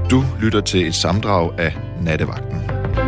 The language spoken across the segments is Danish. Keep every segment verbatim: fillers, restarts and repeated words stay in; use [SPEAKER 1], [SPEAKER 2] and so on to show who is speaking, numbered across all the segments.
[SPEAKER 1] Du lytter til et sammendrag af Nattevagten.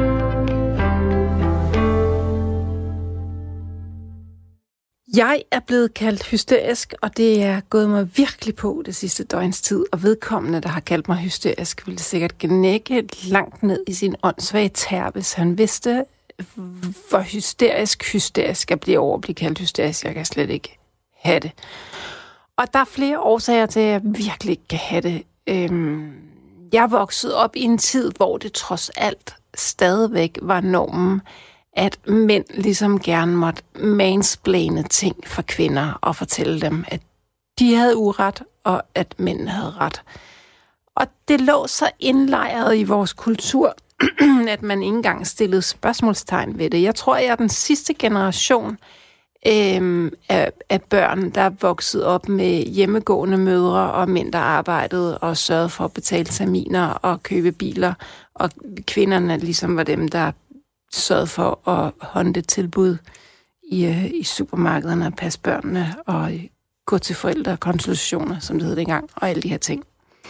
[SPEAKER 2] Jeg er blevet kaldt hysterisk, og det er gået mig virkelig på det sidste døgns tid, og vedkommende, der har kaldt mig hysterisk, ville sikkert gnække langt ned i sin åndssvage tær, hvis han vidste, hvor hysterisk hysterisk jeg bliver over at blive kaldt hysterisk. Jeg kan slet ikke have det. Og der er flere årsager til, at jeg virkelig ikke kan have det. Øhm, jeg er vokset op i en tid, hvor det trods alt stadigvæk var normen, at mænd ligesom gerne måtte mansplaine ting for kvinder og fortælle dem, at de havde uret, og at mænd havde ret. Og det lå så indlejret i vores kultur, at man ikke engang stillede spørgsmålstegn ved det. Jeg tror, jeg er den sidste generation øh, af, af børn, der er vokset op med hjemmegående mødre og mænd, der arbejdede og sørgede for at betale terminer og købe biler, og kvinderne ligesom var dem, der sørgede for at håndte tilbud i, øh, i supermarkederne og passe børnene og gå til forældrekonsultationer, som det hed dengang, og alle de her ting.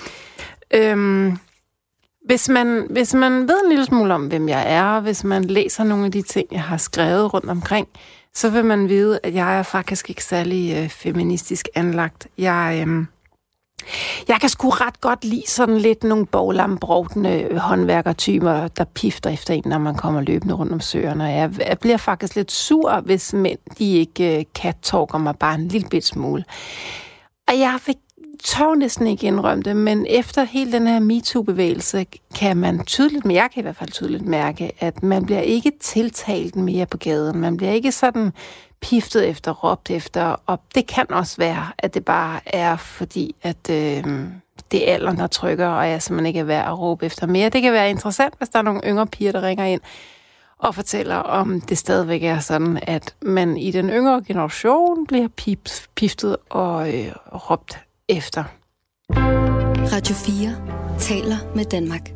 [SPEAKER 2] Øhm, hvis, man, hvis man ved en lille smule om, hvem jeg er, og hvis man læser nogle af de ting, jeg har skrevet rundt omkring, så vil man vide, at jeg er faktisk ikke særlig øh, feministisk anlagt. Jeg... Øh, Jeg kan sgu ret godt lide sådan lidt nogle boglambrugtende håndværkertyper, der pifter efter en, når man kommer løbende rundt om søerne. Jeg, jeg bliver faktisk lidt sur, hvis mænd de ikke uh, cat-talker mig bare en lille bit smule. Og jeg vil tør næsten ikke indrømme det, men efter hele den her MeToo-bevægelse kan man tydeligt, men jeg kan i hvert fald tydeligt mærke, at man bliver ikke tiltalt mere på gaden. Man bliver ikke sådan piftet efter, råbt efter, og det kan også være, at det bare er fordi, at øh, det er alderen, der trykker, og jeg simpelthen ikke er værd at råbe efter mere. Det kan være interessant, hvis der er nogle yngre piger, der ringer ind og fortæller, om det stadigvæk er sådan, at man i den yngre generation bliver pip- piftet og øh, råbt efter.
[SPEAKER 3] Radio fire taler med Danmark.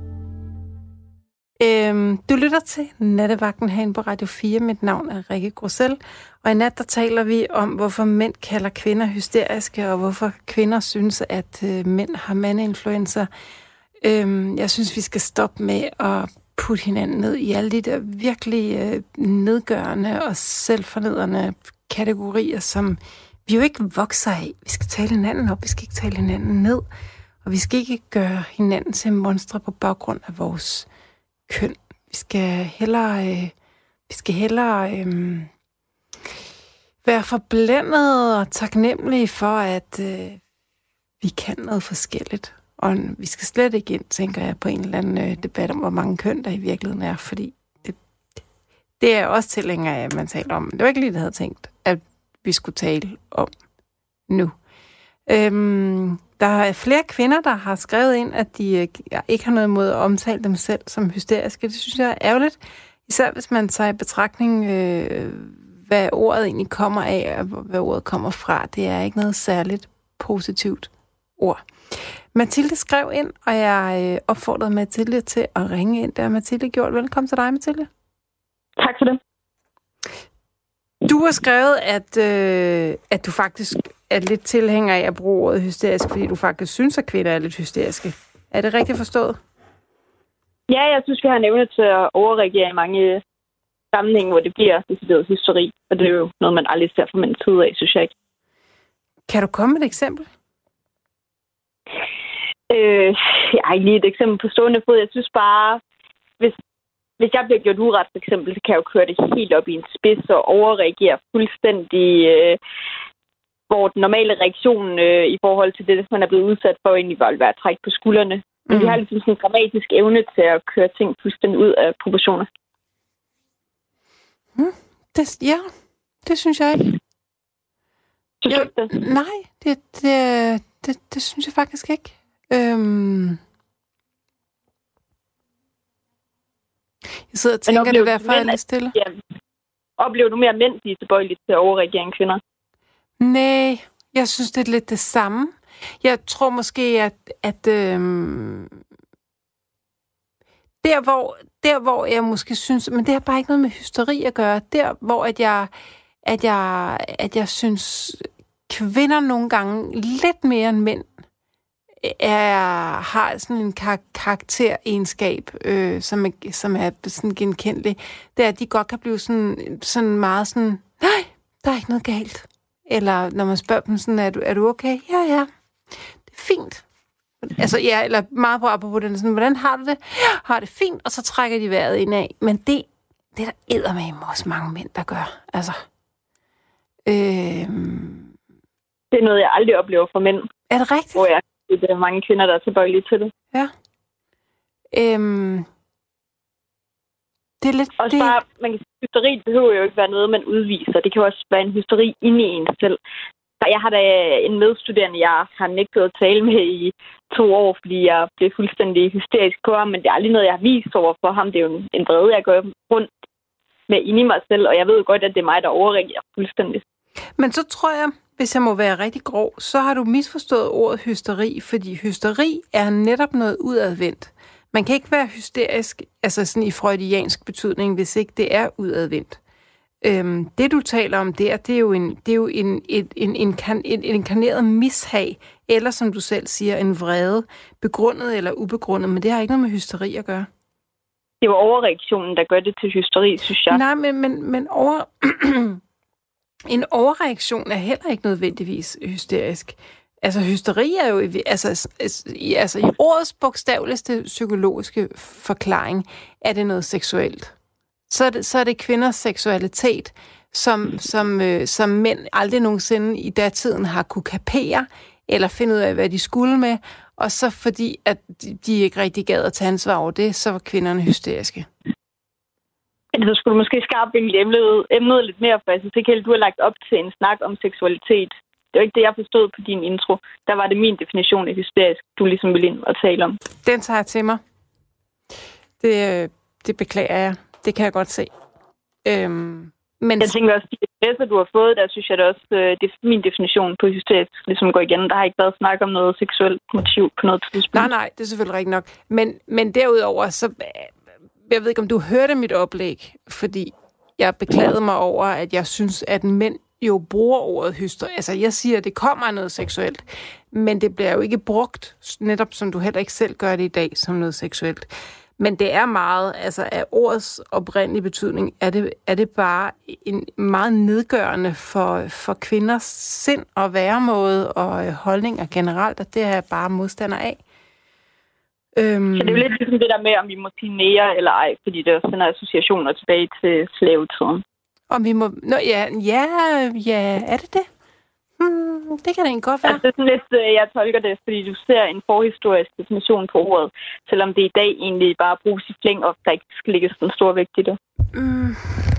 [SPEAKER 2] Øhm, du lytter til Nattevagten herinde på Radio fire. Mit navn er Rikke Grussel, og i nat der taler vi om, hvorfor mænd kalder kvinder hysteriske, og hvorfor kvinder synes, at øh, mænd har mandeinfluencer. Øhm, jeg synes, vi skal stoppe med at putte hinanden ned i alle de der virkelig øh, nedgørende og selvfornedrende kategorier, som vi jo ikke vokser af. Vi skal tale hinanden op, vi skal ikke tale hinanden ned, og vi skal ikke gøre hinanden til monstre på baggrund af vores køn. Vi skal hellere, øh, vi skal hellere øh, være forblændet og taknemmelige for, at øh, vi kan noget forskelligt. Og vi skal slet ikke ind, tænker jeg, på en eller anden øh, debat om, hvor mange køn der i virkeligheden er, fordi det, det, det er også tilhænger af, at man taler om. Det var ikke lige, det jeg havde tænkt, at vi skulle tale om nu. Øhm, Der er flere kvinder, der har skrevet ind, at de ikke har noget imod at omtale dem selv som hysteriske. Det synes jeg er ærgerligt. Især hvis man tager i betragtning, øh, hvad ordet egentlig kommer af, og hvad ordet kommer fra. Det er ikke noget særligt positivt ord. Mathilde skrev ind, og jeg opfordrede Mathilde til at ringe ind. Det har Mathilde gjort. Velkommen til dig, Mathilde.
[SPEAKER 4] Tak for det.
[SPEAKER 2] Du har skrevet, at, øh, at du faktisk er lidt tilhænger af at bruge ordet hysterisk, fordi du faktisk synes, at kvinder er lidt hysteriske. Er det rigtigt forstået?
[SPEAKER 4] Ja, jeg synes, vi har en evne til at overreagere i mange sammenhænge, hvor det bliver decideret hysteri. Og det er jo noget, man aldrig ser fra mænds side af, synes jeg ikke.
[SPEAKER 2] Kan du komme med et eksempel?
[SPEAKER 4] Øh, jeg har ikke lige et eksempel på stående fod. Jeg synes bare, hvis, hvis jeg bliver gjort uret, for eksempel, så kan jeg jo køre det helt op i en spids og overreagere fuldstændig... Øh, hvor den normale reaktion øh, i forhold til det, man er blevet udsat for, egentlig var at være træk på skuldrene. Men mm. vi har ligesom sådan en dramatisk evne til at køre ting fuldstændig ud af proportioner.
[SPEAKER 2] Mm. Det, ja, det synes jeg ikke.
[SPEAKER 4] Synes
[SPEAKER 2] jeg,
[SPEAKER 4] du ikke det?
[SPEAKER 2] Nej, det, det, det, det synes jeg faktisk ikke. Øhm... Jeg sidder og tænker, det derfor er lidt stille.
[SPEAKER 4] Ja. Oplever du mere mænd, de er tilbøjelige til at overreagere end kvinder?
[SPEAKER 2] Nej, jeg synes, det er lidt det samme. Jeg tror måske, at, at øhm, der, hvor, der, hvor jeg måske synes, men det har bare ikke noget med hysteri at gøre, der, hvor at jeg, at jeg, at jeg synes, kvinder nogle gange lidt mere end mænd er, har sådan en kar- karakteregenskab, øh, som, er, som er sådan genkendelig, det er, at de godt kan blive sådan, sådan meget sådan, nej, der er ikke noget galt. Eller når man spørger dem sådan, er du, er du okay? Ja, ja, det er fint. Altså, ja, eller meget på apropos den, sådan, hvordan har du det? Ja, har det fint, og så trækker de vejret indad. Men det, det er der eddermame også mange mænd, der gør. Altså, øh...
[SPEAKER 4] Det er noget, jeg aldrig oplever for mænd.
[SPEAKER 2] Er det rigtigt?
[SPEAKER 4] Hvor jeg der er mange kvinder, der er tilbøjelige til det.
[SPEAKER 2] Ja. Øhm, det er lidt...
[SPEAKER 4] Også
[SPEAKER 2] det...
[SPEAKER 4] bare, man kan sige, hysteri behøver jo ikke være noget, man udviser. Det kan jo også være en hysteri inde i en selv. Jeg har da en medstuderende, jeg har nægtet at tale med i to år, fordi jeg blev fuldstændig hysterisk på ham, men det er aldrig noget, jeg har vist over for ham. Det er jo en vrede, jeg går rundt med inde i mig selv, og jeg ved godt, at det er mig, der overreagerer fuldstændig.
[SPEAKER 2] Men så tror jeg, hvis jeg må være rigtig grov, så har du misforstået ordet hysteri, fordi hysteri er netop noget udadvendt. Man kan ikke være hysterisk, altså sådan i freudiansk betydning, hvis ikke det er udadvendt. Øhm, det du taler om der, det er jo en, det er jo en, en, en, en, en, en inkarneret mishag, eller som du selv siger, en vrede, begrundet eller ubegrundet, men det har ikke noget med hysteri at gøre.
[SPEAKER 4] Det var overreaktionen, der gør det til hysteri, synes jeg.
[SPEAKER 2] Nej, men, men, men over... en overreaktion er heller ikke nødvendigvis hysterisk. Altså, hysteri er jo altså, altså i ordets bogstaveligste psykologiske forklaring, er det noget seksuelt. Så er det, så er det kvinders seksualitet, som, som, øh, som mænd aldrig nogensinde i datiden har kunne kapere, eller finde ud af, hvad de skulle med, og så fordi, at de ikke rigtig gad at tage ansvar over det, så var kvinderne hysteriske.
[SPEAKER 4] Så skulle du måske skarpvinkle emnet, emnet lidt mere, for jeg synes ikke helt, du har lagt op til en snak om seksualitet. Det var ikke det, jeg forstod på din intro. Der var det min definition af hysterisk, du ligesom ville ind og tale om.
[SPEAKER 2] Den tager jeg til mig. Det, det beklager jeg. Det kan jeg godt se. Øhm, men... Jeg
[SPEAKER 4] tænker også, at de læser, du har fået, der synes jeg da også, det er min definition på hysterisk, ligesom går igen. Der har ikke været snak om noget seksuelt motiv på noget tidspunkt.
[SPEAKER 2] Nej, nej, det er selvfølgelig rigtigt nok. Men, men derudover, så... Jeg ved ikke, om du hørte mit oplæg, fordi jeg beklagede mig over, at jeg synes, at mænd jo bruger ordet hysteri. Altså, jeg siger, at det kommer af noget seksuelt, men det bliver jo ikke brugt, netop som du heller ikke selv gør det i dag, som noget seksuelt. Men det er meget, altså af ordets oprindelige betydning, er det, er det bare en meget nedgørende for, for kvinders sind og væremåde og holdninger generelt, og det er jeg bare modstander af.
[SPEAKER 4] Øhm... Så det er jo lidt ligesom det der med, om vi må sige nære eller ej, fordi det sender associationer tilbage til slavetiden.
[SPEAKER 2] Om vi må... Nå, ja, ja, ja, er det det? Hmm, det kan det ikke godt være.
[SPEAKER 4] Altså, det er sådan lidt, jeg tolker det, fordi du ser en forhistorisk definition på ordet, selvom det i dag egentlig bare bruges i flæng, og der ikke skal lægges den store vægt i det. Mm.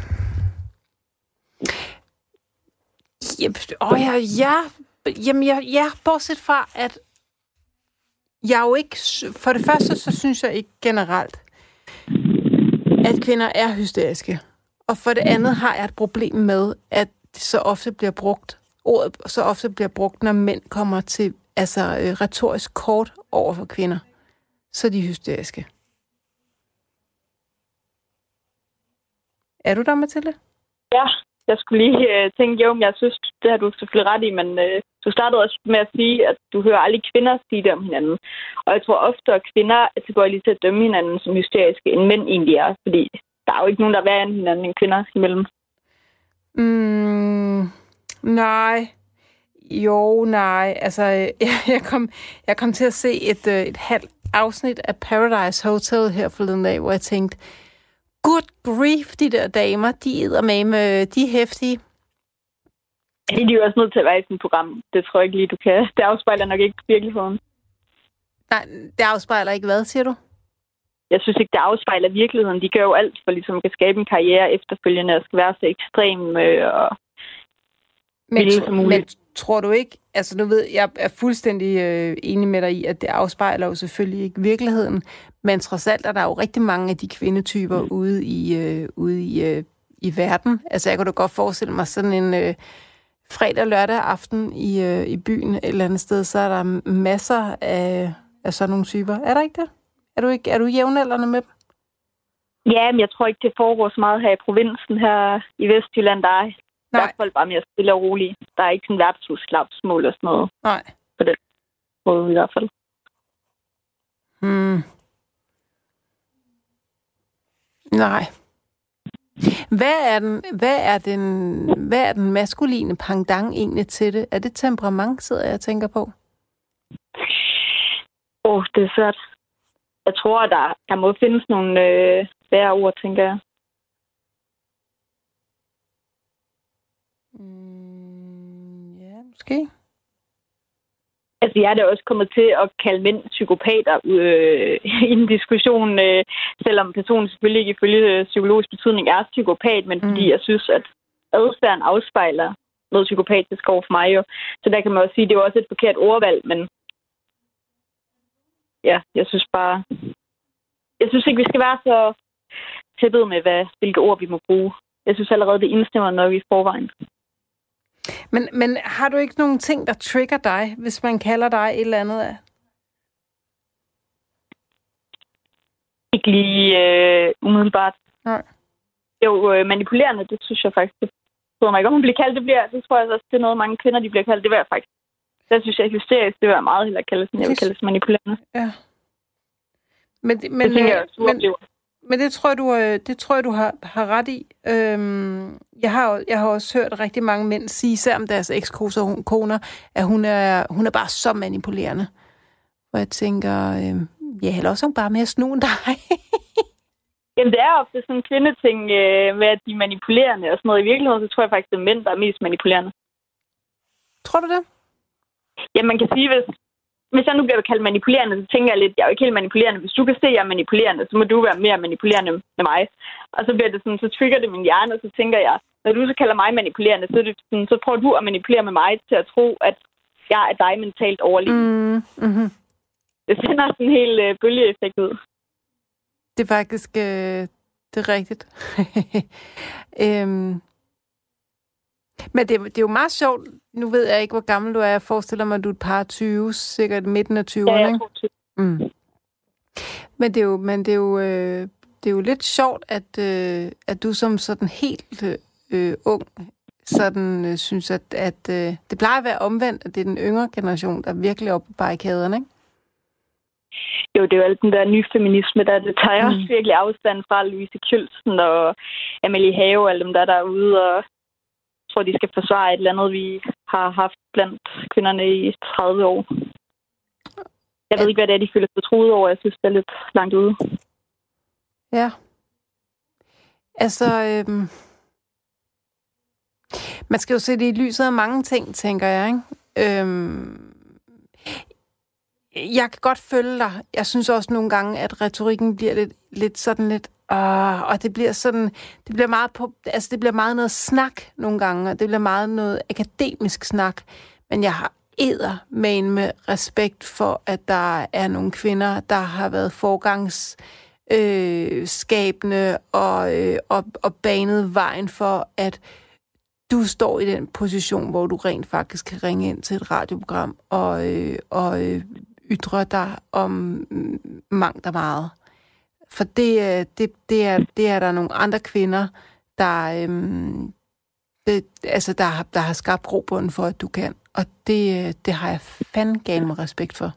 [SPEAKER 2] Yep. Åh, ja, ja. Jamen, ja, ja, bortset fra, at jeg er jo ikke... For det første, så synes jeg ikke generelt, at kvinder er hysteriske. Og for det andet har jeg et problem med, at det så ofte bliver brugt, ordet så ofte bliver brugt, når mænd kommer til altså øh, retorisk kort over for kvinder. Så er de hysteriske. Er du der, Mathilde?
[SPEAKER 4] Ja, jeg skulle lige øh, tænke, jo, jeg synes, det har du selvfølgelig ret i, men øh, du startede også med at sige, at du hører aldrig kvinder sige det om hinanden. Og jeg tror ofte, at kvinder er tilbøjelige til at dømme hinanden som hysteriske, end mænd egentlig er, fordi der er jo ikke nogen, der er værre end hinanden end kvinder imellem.
[SPEAKER 2] Mm, nej. Jo, nej. Altså, jeg, jeg, kom, jeg kom til at se et, et halvt afsnit af Paradise Hotel her forleden dag, hvor jeg tænkte, good grief, de der damer, de æder med med, de er heftige.
[SPEAKER 4] Ja, det er jo også nødt til at være i sådan et program. Det tror jeg ikke lige, du kan. Det afspejler nok ikke virkeligheden.
[SPEAKER 2] Nej, det afspejler ikke hvad, siger du?
[SPEAKER 4] Jeg synes ikke, det afspejler virkeligheden. De gør jo alt for ligesom at skabe en karriere efterfølgende, og skal være så ekstrem øh, og
[SPEAKER 2] men, vilde som muligt. Men tror du ikke, altså nu ved jeg er fuldstændig øh, enig med dig i, at det afspejler jo selvfølgelig ikke virkeligheden, men trods alt er der jo rigtig mange af de kvindetyper mm. ude i øh, ude i, øh, i verden. Altså jeg kunne da godt forestille mig sådan en øh, fredag lørdag aften i øh, i byen et eller andet sted, så er der masser af, af sådan nogle typer. Er der ikke det? Er du ikke er du jævnaldrende med dem?
[SPEAKER 4] Ja, men jeg tror ikke, det foregår så meget her i provinsen her i Vestjylland. Der er i hvert fald bare mere stille og roligt. Der er ikke sådan værtshusslapsmål og sådan noget.
[SPEAKER 2] Nej.
[SPEAKER 4] På den måde i hvert fald.
[SPEAKER 2] Hmm. Nej. Hvad er den, hvad er den, hvad er den maskuline pendant egentlig til det? Er det temperament, sidder jeg og tænker på?
[SPEAKER 4] Åh, oh, det er svært. Jeg tror, der, der må findes nogle øh, svære ord, tænker jeg.
[SPEAKER 2] Mm, ja, måske.
[SPEAKER 4] Altså, jeg er da også kommet til at kalde mænd psykopater øh, i en diskussion, øh, selvom personen selvfølgelig ikke ifølge psykologisk betydning er psykopat, men fordi mm. jeg synes, at adfærden afspejler noget psykopatisk over for mig. Jo. Så der kan man også sige, at det er også et forkert ordvalg, men ja, jeg synes bare... Jeg synes ikke, vi skal være så tæppet med, hvad, hvilke ord vi må bruge. Jeg synes allerede, det indstemmer nok i forvejen.
[SPEAKER 2] Men, men har du ikke nogen ting, der trigger dig, hvis man kalder dig et eller andet af?
[SPEAKER 4] Ikke lige øh, umiddelbart.
[SPEAKER 2] Nej.
[SPEAKER 4] Jo, øh, manipulerende, det synes jeg faktisk, det tror mig ikke, om man bliver kaldt, det bliver, det tror jeg også, det er noget, mange kvinder, de bliver kaldt, det vil jeg faktisk. Der synes jeg, hysterisk, det vil jeg meget hellere kalde, end jeg vil kalde det manipulerende.
[SPEAKER 2] Ja. Men, men,
[SPEAKER 4] det jeg,
[SPEAKER 2] øh, men, men det tror jeg, du, det tror jeg, du har, har ret i. Øhm, jeg, har, jeg har også hørt rigtig mange mænd sige, især om deres ekskoner, at hun er, hun er bare så manipulerende. Og jeg tænker, øh, jeg hælder også bare mere snu end dig.
[SPEAKER 4] Jamen, det er ofte sådan en kvindeting øh, med, at de er manipulerende og sådan noget. I virkeligheden, så tror jeg faktisk, det er mænd, der er mest manipulerende.
[SPEAKER 2] Tror du det?
[SPEAKER 4] Ja, man kan sige, hvis, hvis jeg nu bliver kaldt manipulerende, så tænker jeg lidt, jeg er jo ikke helt manipulerende. Hvis du kan se, at jeg er manipulerende, så må du være mere manipulerende med mig. Og så bliver det sådan, så trigger det min hjerne, og så tænker jeg, når du så kalder mig manipulerende, så, er det sådan, så prøver du at manipulere med mig til at tro, at jeg er dig mentalt overlegen.
[SPEAKER 2] Mm, mm-hmm.
[SPEAKER 4] Det sender sådan en hel øh, bølgeeffekt ud.
[SPEAKER 2] Det er faktisk, øh, det er rigtigt. øhm. Men det, det er jo meget sjovt. Nu ved jeg ikke, hvor gammel du er. Jeg forestiller mig, at du er et par tyve, sikkert midten af tyverne.
[SPEAKER 4] Ja, jeg er tyve.
[SPEAKER 2] Mm. Men det er jo, men det er jo, øh, det er jo lidt sjovt, at, øh, at du som sådan helt øh, ung sådan øh, synes, at, at øh, det plejer at være omvendt, at det er den yngre generation, der er virkelig oppe på barrikaderne, ikke?
[SPEAKER 4] Jo, det er jo alt den der nye feminisme, der det tager mm. også virkelig afstand fra Louise Kjølsen og Amalie Have og alle dem der derude, og jeg tror, de skal forsvare et eller andet, vi har haft blandt kvinderne i tredive år. Jeg ved ikke, hvad det er, de føler sig truet over. Jeg synes, det er lidt langt ude.
[SPEAKER 2] Ja. Altså, øhm... man skal jo se det i lyset af mange ting, tænker jeg, ikke? Øhm... Jeg kan godt følge dig. Jeg synes også nogle gange, at retorikken bliver lidt, lidt sådan lidt... Uh, og det bliver sådan, det bliver meget på, altså det bliver meget noget snak nogle gange, og det bliver meget noget akademisk snak, men jeg har eddermane med respekt for, at der er nogle kvinder, der har været forgangsskabende øh, og, øh, og, og banet vejen for, at du står i den position, hvor du rent faktisk kan ringe ind til et radioprogram og, øh, og øh, ytre dig om mangt og meget. For det, det, det, er, det er der nogle andre kvinder, der, øhm, det, altså der, har, der har skabt grobunden for, at du kan. Og det, det har jeg fandme gal med respekt for.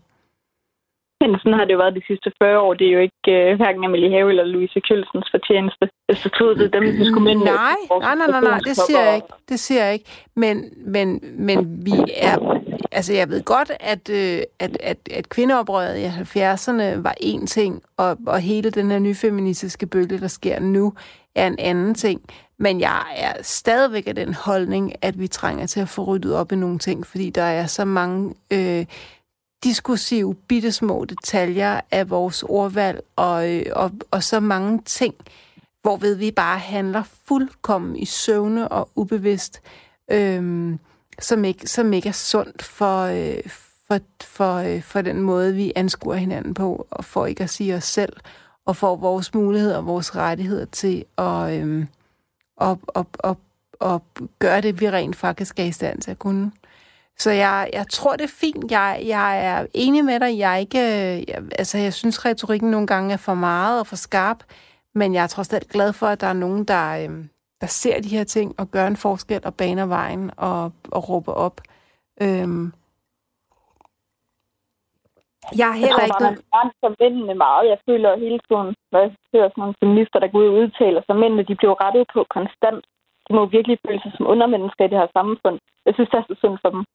[SPEAKER 4] Men sådan har det jo været de sidste fyrre år. Det er jo ikke uh, hverken Amalie Have eller Louise Kjølsens fortjeneste. Hvis du troede, det er dem, der skulle minde.
[SPEAKER 2] Nej, nej, nej, nej, nej, det siger jeg ikke. Det siger jeg ikke. Men, men, men vi er... Altså, jeg ved godt, at, øh, at, at, at kvindeoprøret i halvfjerdserne var en ting, og, og hele den her nye feministiske bølge, der sker nu, er en anden ting. Men jeg er stadigvæk af den holdning, at vi trænger til at få ryddet op i nogle ting, fordi der er så mange øh, diskursive, bittesmå detaljer af vores ordvalg, og, øh, og, og så mange ting, hvorved vi bare handler fuldkommen i søvne og ubevidst, øh, Som ikke, som ikke er sundt for, øh, for, for, øh, for den måde, vi anskuer hinanden på, og for ikke at sige os selv, og for vores muligheder og vores rettigheder til at, øh, og, og, og, og gøre det, vi rent faktisk er i stand til at kunne. Så jeg, jeg tror, det er fint. Jeg, jeg er enig med dig. Jeg, er ikke, jeg, altså, jeg synes, retorikken nogle gange er for meget og for skarp, men jeg er trods alt glad for, at der er nogen, der... Øh, der ser de her ting og gør en forskel og baner vejen og, og råber op. Øhm. Jeg er heller
[SPEAKER 4] jeg
[SPEAKER 2] ikke...
[SPEAKER 4] tror bare, man grænser mændene meget. Jeg føler hele tiden, når jeg hører sådan nogle feminister, der går ud og udtaler sig, mændene de bliver rettet på konstant. De må virkelig føle sig som undermennesker i det her samfund. Jeg synes, det er så synd for dem.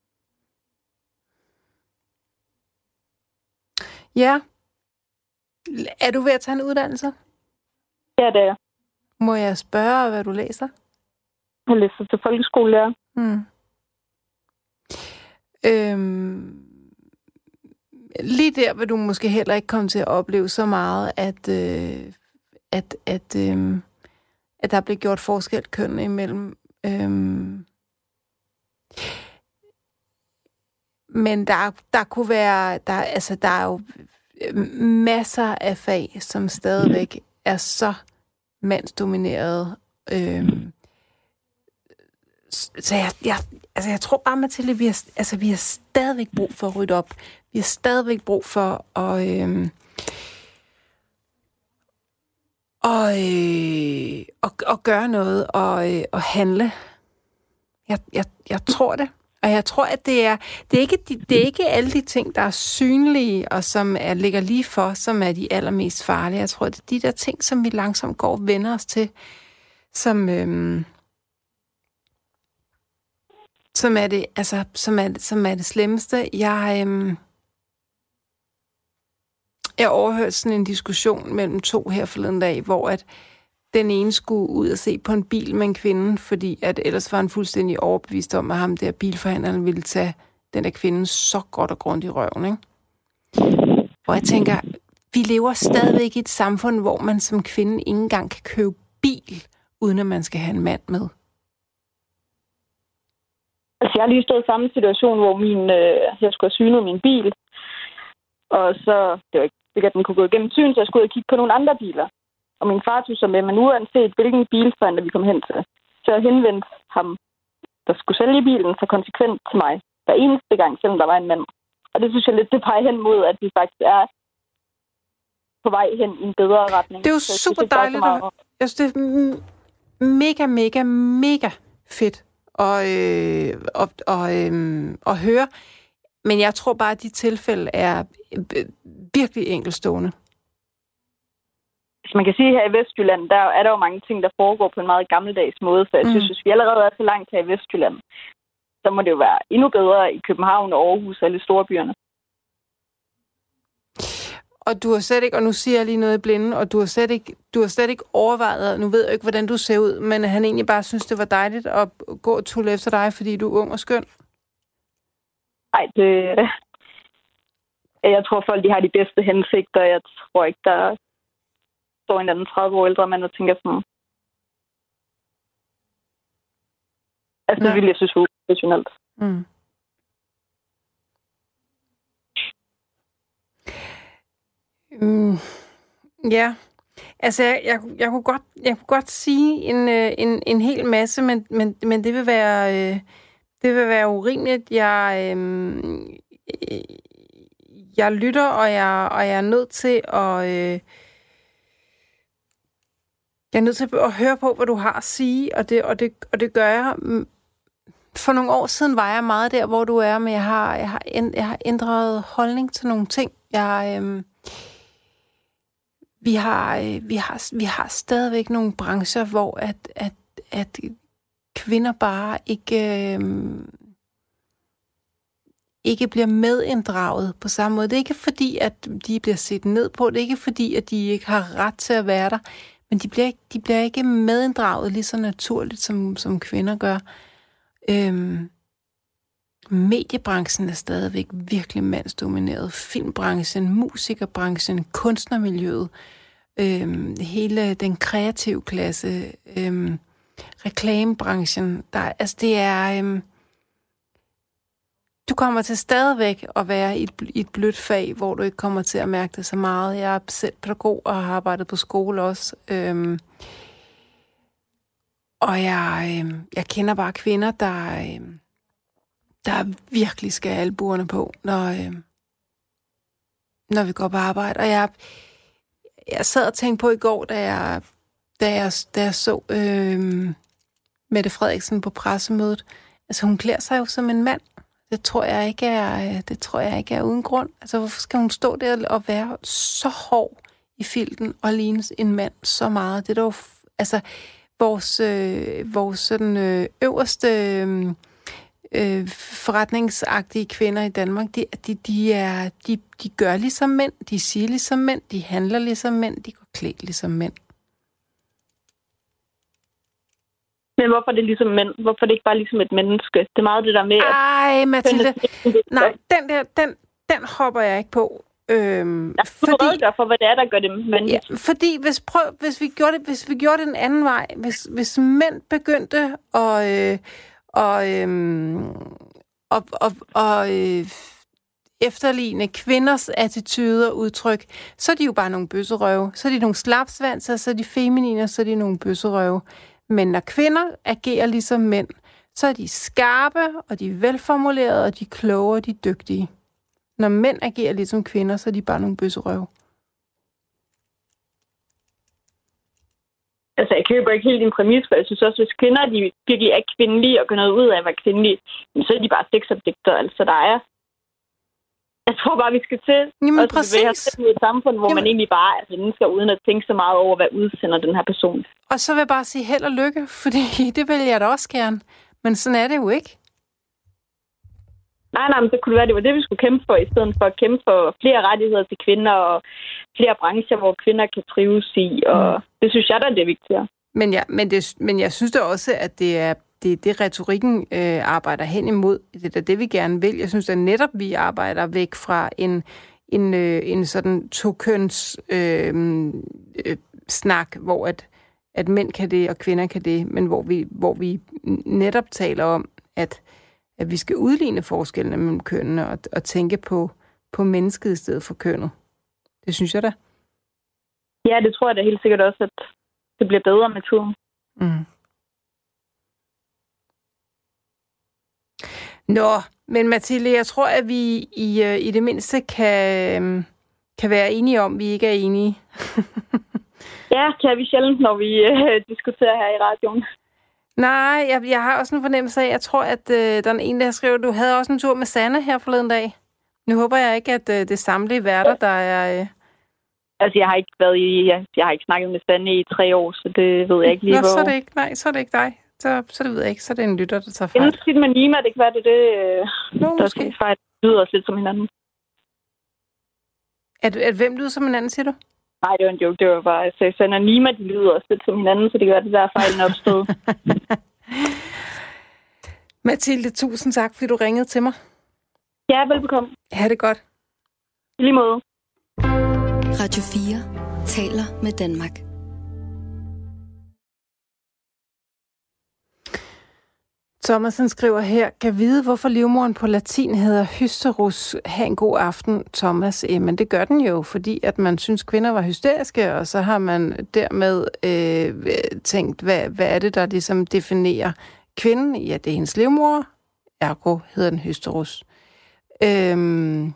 [SPEAKER 2] Ja. Er du ved at tage en uddannelse?
[SPEAKER 4] Ja, det er jeg.
[SPEAKER 2] Må jeg spørge, hvad du læser?
[SPEAKER 4] Jeg læser til folkeskolelærer.
[SPEAKER 2] Hmm. Øhm, lige der vil du måske heller ikke komme til at opleve så meget, at, øh, at, at, øh, at der bliver gjort forskel køn imellem. Øhm, men der, der kunne være, der, altså der er jo masser af fag, som stadigvæk er så mandsdomineret. Øhm, så jeg, jeg, altså jeg tror bare, Mathilde, vi har, altså vi har stadigvæk brug for at rydde op. Vi har stadigvæk brug for at, øhm, og, øh, og, og gøre noget og, øh, og handle. Jeg, jeg, jeg tror det. Og jeg tror, at det er, det er, ikke, det er ikke alle de ting, der er synlige, og som er, ligger lige for, som er de allermest farlige. Jeg tror, det er de der ting, som vi langsomt går og vender os til, som, øhm, som, er, det, altså, som, er, som er det slemmeste. Jeg, øhm, jeg overhørte sådan en diskussion mellem to her forleden dag, hvor at den ene skulle ud og se på en bil med en kvinde, fordi at ellers var han fuldstændig overbevist om, at ham der bilforhandleren ville tage den der kvinde så godt og grundigt i røven, ikke? Og jeg tænker, vi lever stadigvæk i et samfund, hvor man som kvinde ikke engang kan købe bil, uden at man skal have en mand med.
[SPEAKER 4] Altså, jeg har lige stået i samme situation, hvor min, øh, jeg skulle have synet min bil, og så, det var ikke sikkert, at den kunne gå igennem syn, så jeg skulle ud og kigge på nogle andre biler. Og min far tog sig med, men uanset hvilken bilforhandler vi kom hen til, så jeg henvendte ham, der skulle sælge bilen, så konsekvent til mig hver eneste gang, selvom der var en mand. Og det synes jeg lidt, det peger hen mod, at vi faktisk er på vej hen i en bedre retning.
[SPEAKER 2] Det er jo så super synes, dejligt. Jeg synes, det er mega, mega, mega fedt at, øh, og, og, øh, at høre. Men jeg tror bare, at de tilfælde er virkelig enkeltstående.
[SPEAKER 4] Man kan sige, at her i Vestjylland, der er der jo mange ting, der foregår på en meget gammeldags måde. Så jeg synes, mm. hvis vi allerede er så langt her i Vestjylland, så må det jo være endnu bedre i København og Aarhus og alle storbyerne.
[SPEAKER 2] Og du har slet ikke, og nu siger jeg lige noget i blinde, og du har slet ikke, du har slet ikke overvejet, nu ved jeg ikke, hvordan du ser ud, men han egentlig bare synes, det var dejligt at gå og tulle efter dig, fordi du er ung og skøn.
[SPEAKER 4] Nej, det... Jeg tror, folk de har de bedste hensigter. Jeg tror ikke, der står en anden tredive år ældre mand og tænker sådan... Altså, det ville jeg synes var uprofessionelt.
[SPEAKER 2] Mm. Mm. Ja, altså jeg, jeg, jeg, kunne godt, jeg kunne godt sige en, en, en hel masse, men, men, men det vil være øh, det vil være urimeligt. Jeg, øh, jeg lytter, og jeg, og jeg er nødt til at øh, jeg er nødt til at høre på, hvad du har at sige, og det, og det, og det gør jeg. For nogle år siden var jeg meget der, hvor du er, men jeg har, jeg har, jeg har ændret holdning til nogle ting. Jeg øh, Vi har, vi har, vi har stadigvæk nogle brancher, hvor at, at, at kvinder bare ikke, øh, ikke bliver medinddraget på samme måde. Det er ikke fordi, at de bliver set ned på. Det er ikke fordi, at de ikke har ret til at være der. Men de bliver, de bliver ikke medinddraget lige så naturligt, som, som kvinder gør. Øhm, mediebranchen er stadigvæk virkelig mandsdomineret. Filmbranchen, musikerbranchen, kunstnermiljøet, øhm, hele den kreative klasse, øhm, reklamebranchen. Der, altså det er... Øhm, du kommer til stadigvæk at være i et, i et blødt fag, hvor du ikke kommer til at mærke det så meget. Jeg er selv pædagog og har arbejdet på skole også. Øhm, og jeg, øhm, jeg kender bare kvinder, der... Øhm, der virkelig skal albuerne på, når, øh, når vi går på arbejde. Og jeg, jeg sad og tænkte på i går, da jeg, da jeg, da jeg så øh, Mette Frederiksen på pressemødet. Altså, hun klæder sig jo som en mand. Det tror jeg ikke er, det tror jeg ikke er uden grund. Altså, hvorfor skal hun stå der og være så hård i filten og ligne en mand så meget? Det er dog, altså, vores, øh, vores sådan, øh, øverste øh, forretningsagtige kvinder i Danmark, de, de, de, er, de, de gør ligesom mænd, de siger ligesom mænd, de handler ligesom mænd, de går klædt ligesom mænd.
[SPEAKER 4] Men hvorfor er det ligesom mænd? Hvorfor er det ikke bare ligesom et menneske? Det er meget det der med...
[SPEAKER 2] Ej, Mathilde. Nej, den der, den, den hopper jeg ikke på. Øhm,
[SPEAKER 4] jeg fordi, redegøre for, hvad det er, der gør det mændeligt.
[SPEAKER 2] Ja, fordi hvis, prøv, hvis, vi gjorde det, hvis vi gjorde det den anden vej, hvis, hvis mænd begyndte at... Øh, og, øh, og, og, og øh, efterligne kvinders attituder og udtryk, så er de jo bare nogle bøsserøve. Så er de nogle slapsvanser, så er de feminine, så er de nogle bøsserøve. Men når kvinder agerer ligesom mænd, så er de skarpe, og de er velformulerede, og de er kloge, og de er dygtige. Når mænd agerer ligesom kvinder, så er de bare nogle bøsserøve.
[SPEAKER 4] Altså, jeg køber ikke helt din præmis, for jeg synes også, hvis kvinder de virkelig er kvindelige og gør noget ud af at være kvindelige, så er de bare sexobjekter, altså der er. Jeg tror bare, vi skal til
[SPEAKER 2] Jamen,
[SPEAKER 4] at bevæge os i et samfund, hvor Jamen. man egentlig bare er mennesker, uden at tænke så meget over, hvad udsender den her person.
[SPEAKER 2] Og så vil jeg bare sige held og lykke, fordi det vil jeg da også gerne. Men sådan er det jo ikke.
[SPEAKER 4] Nej, nej, men så kunne det være, det var det, vi skulle kæmpe for, i stedet for at kæmpe for flere rettigheder til kvinder og flere brancher, hvor kvinder kan trives i. Og mm. det synes jeg da, det er vigtigt.
[SPEAKER 2] Men, ja, men, det, men jeg synes da også, at det er det, det retorikken øh, arbejder hen imod. Det er det, vi gerne vil. Jeg synes at netop, vi arbejder væk fra en, en, øh, en sådan tokøns øh, øh, snak, hvor at, at mænd kan det, og kvinder kan det, men hvor vi, hvor vi netop taler om, at at vi skal udligne forskellene mellem kønnene og, og tænke på, på mennesket i stedet for kønnet. Det synes jeg da.
[SPEAKER 4] Ja, det tror jeg da helt sikkert også, at det bliver bedre med tiden.
[SPEAKER 2] Mm. Nå, men Mathilde, jeg tror, at vi i, i det mindste kan, kan være enige om, at vi ikke er enige.
[SPEAKER 4] Ja, kan vi sjældent, når vi øh, diskuterer her i radioen.
[SPEAKER 2] Nej, jeg, jeg har også en fornemmelse af, jeg tror, at øh, der er en, der har skrevet, du havde også en tur med Sanne her forleden dag. Nu håber jeg ikke, at øh, det er samtlige værter, der er... Øh...
[SPEAKER 4] Altså, jeg har ikke været i... Jeg, jeg har ikke snakket med Sanne i tre år, så det ved jeg ikke lige,
[SPEAKER 2] Nå,
[SPEAKER 4] hvor...
[SPEAKER 2] så er det ikke, nej, så er det ikke dig. Så, så det ved jeg ikke. Så er det en lytter, der tager fejl.
[SPEAKER 4] Jeg synes med Nima, det kan være, det det,
[SPEAKER 2] Nå,
[SPEAKER 4] der
[SPEAKER 2] måske.
[SPEAKER 4] er fejl. Det lyder også lidt som hinanden.
[SPEAKER 2] At, at hvem lyder som hinanden, siger du?
[SPEAKER 4] Nej, det var en joke. Det var bare, at Sanne og Nima, de lyder også lidt som hinanden, så det kan være, det der fejlen opstået.
[SPEAKER 2] Mathilde, tusind tak, fordi du ringede til mig.
[SPEAKER 4] Ja, velbekomme.
[SPEAKER 2] Ha' det godt.
[SPEAKER 4] I lige måde.
[SPEAKER 3] Radio fire taler med Danmark.
[SPEAKER 2] Thomasen skriver her, kan vide, hvorfor livmoderen på latin hedder hysterus. Ha' en god aften, Thomas. Jamen, det gør den jo, fordi at man synes, kvinder var hysteriske, og så har man dermed øh, tænkt, hvad, hvad er det, der ligesom definerer kvinden? Ja, det er hendes livmoder. Ergo hedder den hysterus. Øhm,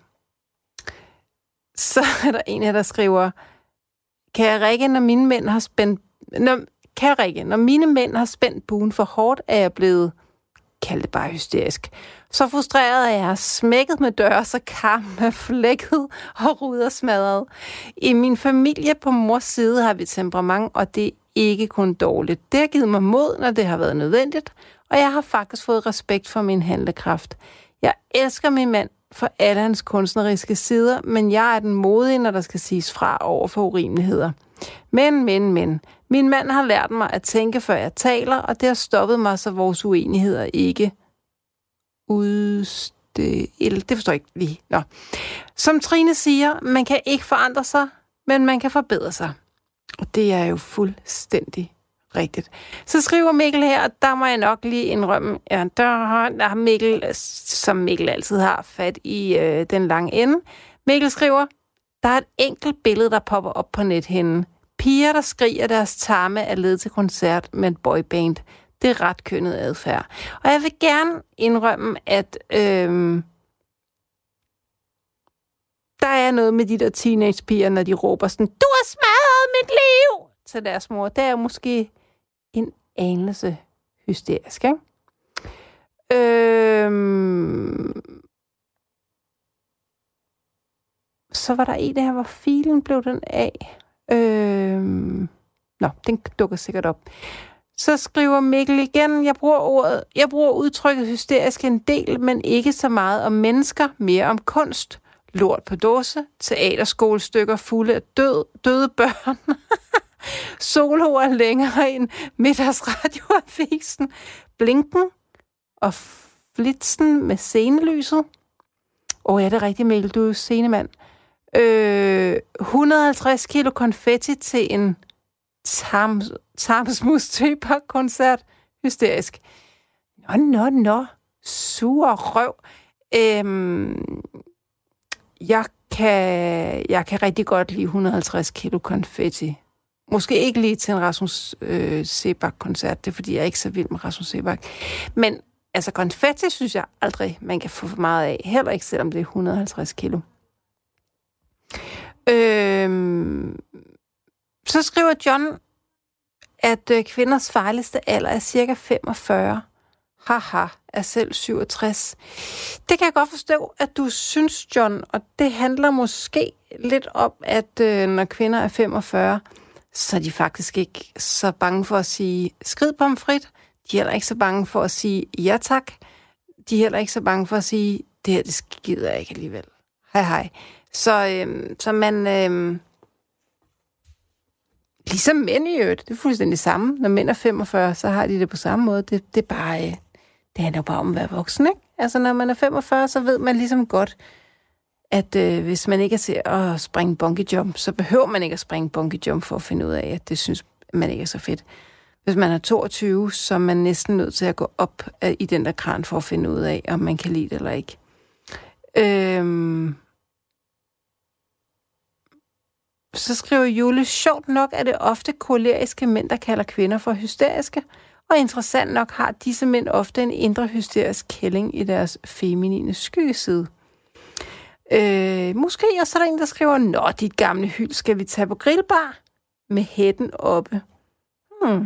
[SPEAKER 2] så er der en her, der skriver, kan Rikke, når mine mænd har spændt... Når, kan Rikke, når mine mænd har spændt buen for hårdt, er jeg blevet... Kald det bare hysterisk. Så frustreret er jeg smækket med døre, så karmen er flækket og ruder smadret. I min familie på mors side har vi temperament, og det er ikke kun dårligt. Det har givet mig mod, når det har været nødvendigt, og jeg har faktisk fået respekt for min handlekraft. Jeg elsker min mand for alle hans kunstneriske sider, men jeg er den modige, når der skal siges fra over for urimeligheder. Men, men, men. Min mand har lært mig at tænke, før jeg taler, og det har stoppet mig, så vores uenigheder ikke udstil. Det forstår jeg ikke lige. Nå. Som Trine siger, man kan ikke forandre sig, men man kan forbedre sig. Og det er jo fuldstændig rigtigt. Så skriver Mikkel her, og der må jeg nok lige indrømme, ja, der, der har Mikkel, som Mikkel altid har, fat i øh, den lange ende. Mikkel skriver, der er et enkelt billede, der popper op på nethinden. Piger, der skriger deres tarme er led til koncert med et boyband. Det er ret kønnet adfærd. Og jeg vil gerne indrømme, at øhm, der er noget med de der teenagepiger, når de råber sådan, du har smadret mit liv til deres mor. Det er måske en anelse hysterisk, ikke? Øhm, Så var der en af her, hvor filen blev den af. Øh, nå, den dukker sikkert op. Så skriver Mikkel igen, jeg bruger, ordet, jeg bruger udtrykket hysterisk en del, men ikke så meget om mennesker, mere om kunst. Lort på dåse, teaterskolestykker fulde af død, døde børn, soloer længere end middagsradioavisen, blinken og flitsen med scenelyset. Åh oh, ja, det er rigtigt, Mikkel, du er jo scenemand. Øh, et hundrede og halvtreds kilo konfetti til en Tarms, Tarmsmus Tøber-koncert. Hysterisk. Nå, nå, nå. Sur røv. Øhm, jeg, kan, jeg kan rigtig godt lide et hundrede og halvtreds kilo konfetti. Måske ikke lige til en Rasmus øh, Sebak-koncert. Det er, fordi jeg er ikke så vild med Rasmus Sebak. Men altså, konfetti synes jeg aldrig, man kan få for meget af. Heller ikke, selvom det er et hundrede og halvtreds kilo. Øhm, så skriver John, at øh, kvinders farligste alder er cirka femogfyrre. Haha, er selv syvogtres. Det kan jeg godt forstå, at du synes, John, og det handler måske lidt om, at øh, når kvinder er femogfyrre, så er de faktisk ikke så bange for at sige skrid pomfrit. De er heller ikke så bange for at sige ja tak. De er heller ikke så bange for at sige, det her, det gider jeg ikke alligevel. Hej hej. Så, øhm, så man... Øhm, ligesom mænd i øvrigt, det er fuldstændig samme. Når mænd er femogfyrre, så har de det på samme måde. Det, det er bare... Øh, det handler bare om at være voksen, ikke? Altså, når man er femogfyrre, så ved man ligesom godt, at øh, hvis man ikke er til at springe bungee jump, så behøver man ikke at springe bungee jump for at finde ud af, at det synes man ikke er så fedt. Hvis man er toogtyve, så er man næsten nødt til at gå op øh, i den der kran for at finde ud af, om man kan lide det eller ikke. Øhm... Så skriver Jule, sjovt nok er det ofte koleriske mænd, der kalder kvinder for hysteriske, og interessant nok har disse mænd ofte en indre hysterisk kælling i deres feminine skyggeside. Øh, måske, og så er der en, der skriver, nå, dit gamle hyld, skal vi tage på grillbar? Med hætten oppe. Hmm.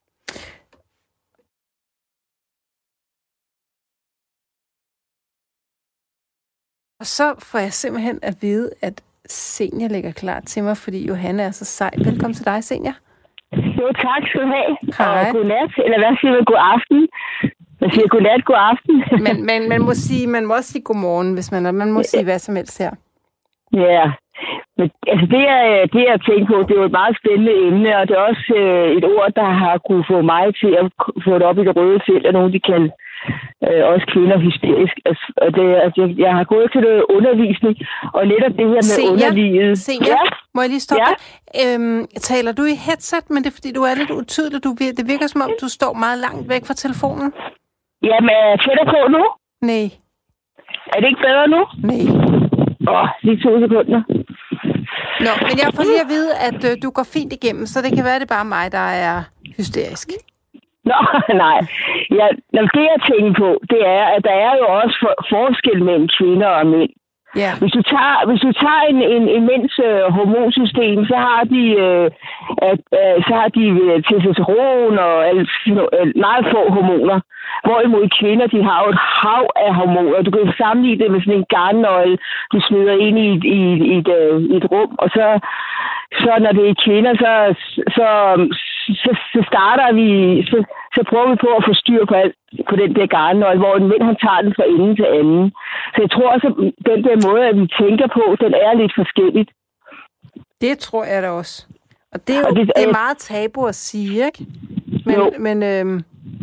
[SPEAKER 2] Og så får jeg simpelthen at vide, at Senior ligger klar til mig, fordi Johanne er så sej. Velkommen til dig, Senior.
[SPEAKER 5] Jo, tak skal du have.
[SPEAKER 2] Hej.
[SPEAKER 5] Og godnat, eller hvad siger man, god aften? Man siger godnat, god aften.
[SPEAKER 2] men, men man, må sige, man må også sige godmorgen, hvis man, man må sige hvad som helst her.
[SPEAKER 5] Ja, men altså det, jeg, det jeg tænker på, det er jo et meget spændende emne, og det er også øh, et ord, der har kunne få mig til at få det op i det røde felt, og nogen, de kan øh, også kvinder hysterisk. Altså, og det, altså, jeg, jeg har gået til det undervisning, og netop det her med
[SPEAKER 2] Senior,
[SPEAKER 5] underlivet.
[SPEAKER 2] Senior, ja? Må jeg lige stoppe?
[SPEAKER 5] Ja?
[SPEAKER 2] Øhm, taler du i headset, men det er fordi, du er lidt utydelig. Du, det virker som om, du står meget langt væk fra telefonen.
[SPEAKER 5] Jamen, er jeg tættere på nu?
[SPEAKER 2] Nej.
[SPEAKER 5] Er det ikke bedre nu?
[SPEAKER 2] Nej.
[SPEAKER 5] Åh, oh, lige to sekunder.
[SPEAKER 2] Nå, men jeg får lige at vide, at øh, du går fint igennem, så det kan være, det er bare mig, der er hysterisk.
[SPEAKER 5] Nå, nej. Ja, det jeg tænker på, det er, at der er jo også for, forskel mellem kvinder og mænd.
[SPEAKER 2] Ja.
[SPEAKER 5] Hvis du tager, hvis du tager en, en, en mænds øh, hormonsystem, så har de, øh, at, øh, så har de øh, testosteron og øh, meget få hormoner. Hvorimod kvinder, de har jo et hav af hormoner. Du kan sammenligne det med sådan en garnnøgle, du smider ind i, i, i, et, øh, i et rum, og så, så når det er kvinder, så, så, så, så starter vi, så, så prøver vi på at få styr på alt på den der garnnøgle, hvor en mænd, han tager den fra ende til anden. Så jeg tror også, at den der måde, at vi tænker på, den er lidt forskelligt.
[SPEAKER 2] Det tror jeg da også. Og det er jo og det, det er meget tabu at sige, ikke? Men,
[SPEAKER 5] jo.
[SPEAKER 2] men øhm,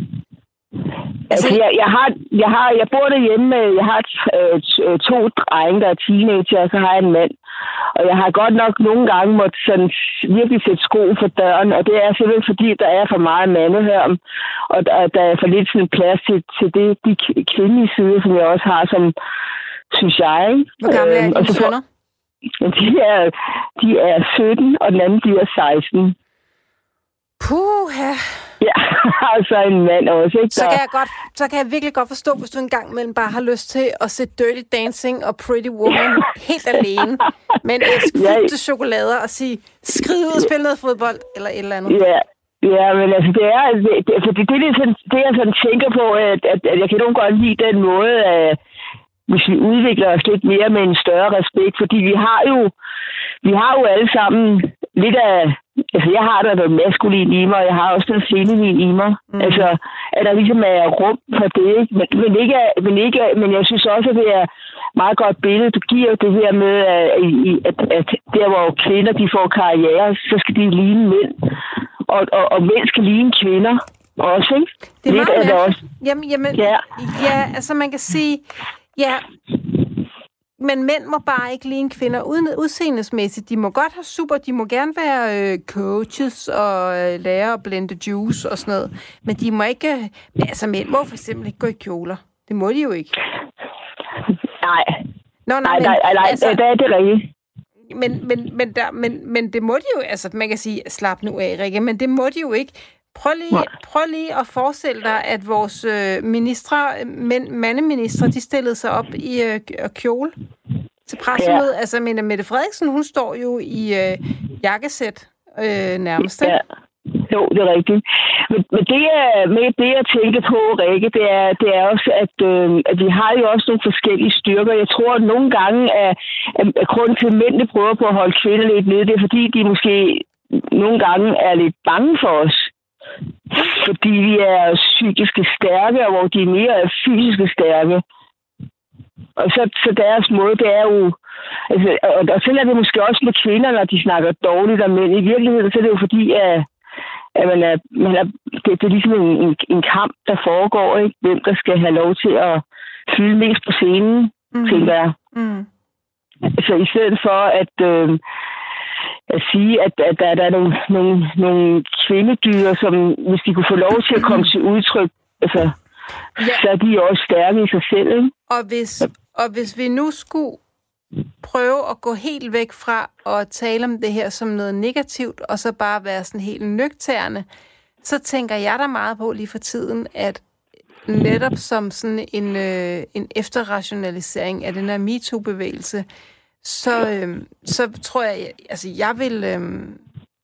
[SPEAKER 5] altså, jeg, jeg, har, jeg, har, jeg bor derhjemme med, jeg har øh, to drenge, der er teenager, og så har jeg en mand. Og jeg har godt nok nogle gange måttet sådan virkelig sætte skoen for døren, og det er simpelthen fordi, der er for meget mandehørm, og der, der er for lidt sådan plads til, til det, de kvindelige sider, som jeg også har, som synes jeg.
[SPEAKER 2] Hvor gamle er dine sønner?
[SPEAKER 5] De er, de er sytten, og den anden bliver seksten.
[SPEAKER 2] Puha.
[SPEAKER 5] Ja, og så en mand også, ikke?
[SPEAKER 2] Så kan, jeg godt, så kan jeg virkelig godt forstå, hvis du en gang imellem bare har lyst til at se Dirty Dancing og Pretty Woman helt alene, med en æsk fuldt af chokolader og sige, skrid ud og spille noget fodbold, eller et eller andet.
[SPEAKER 5] Ja, ja, men altså, det er, det, fordi det, det, er sådan, det jeg sådan tænker på, at, at, at jeg kan nogen godt lide den måde, at hvis vi udvikler os lidt mere med en større respekt, fordi vi har jo, vi har jo alle sammen lidt af, altså jeg har der noget maskulin i mig, og jeg har også noget feminin i mig. Mm. Altså, at der ligesom er rum for det, ikke? Men, men, ikke, men, ikke, men jeg synes også, at det er meget godt billede. Du giver det her med, at, at, at der hvor kvinder de får karriere, så skal de ligne mænd, og, og, og mænd skal ligne kvinder. Også, ikke?
[SPEAKER 2] Det er
[SPEAKER 5] lidt
[SPEAKER 2] meget
[SPEAKER 5] er det også.
[SPEAKER 2] Jamen, jamen, ja. ja, altså man kan sige, ja, men mænd må bare ikke ligne kvinder uden udseendesmæssigt. De må godt have super, de må gerne være øh, coaches og øh, lære at blende juice og sådan noget, men de må ikke, øh, altså mænd må for eksempel ikke gå i kjoler. Det må de jo ikke.
[SPEAKER 5] Nej.
[SPEAKER 2] Nå, nej,
[SPEAKER 5] nej,
[SPEAKER 2] men,
[SPEAKER 5] nej, nej,
[SPEAKER 2] altså,
[SPEAKER 5] det er det rigtigt.
[SPEAKER 2] Men, men, men, der, men, men det må de jo, altså man kan sige, slap nu af, Rikke, men det må de jo ikke. Prøv lige, prøv lige at forestille dig, at vores øh, ministre, mænd, mandeministre, de stillede sig op i øh, kjole til pressemødet. Ja. Altså, Mette, Mette Frederiksen, hun står jo i øh, jakkesæt øh, nærmest, ikke?
[SPEAKER 5] Ja. Jo, det er rigtigt. Men, men det, er, med det, jeg tænker på, Rikke, det er, det er også, at, øh, at vi har jo også nogle forskellige styrker. Jeg tror, at nogle gange er, at grunden til, at mændene prøver på at holde kvinder lidt nede, det er, fordi de måske nogle gange er lidt bange for os. Fordi vi er psykiske stærke, og hvor de mere er fysiske stærke. Og så, så deres måde, det er jo... Altså, og, og sådan er det måske også med kvinder, når de snakker dårligt om mænd. I virkeligheden så er det jo fordi, at, at man er, man er, det, det er ligesom en, en, en kamp, der foregår, ikke? Hvem der skal have lov til at fylde mest på scenen, mm. tænker jeg. Mm. Altså i stedet for, at... Øh, at sige, at, at der, der er nogle, nogle, nogle kvindedyr, som hvis de kunne få lov til at komme til udtryk, altså, ja. Så er de også stærke i sig selv. Ikke?
[SPEAKER 2] Og, hvis, og hvis vi nu skulle prøve at gå helt væk fra at tale om det her som noget negativt, og så bare være sådan helt nøgterne, så tænker jeg da meget på lige for tiden, at netop som sådan en, øh, en efterrationalisering af den her MeToo-bevægelse, Så, øhm, så tror jeg, altså jeg vil, øhm,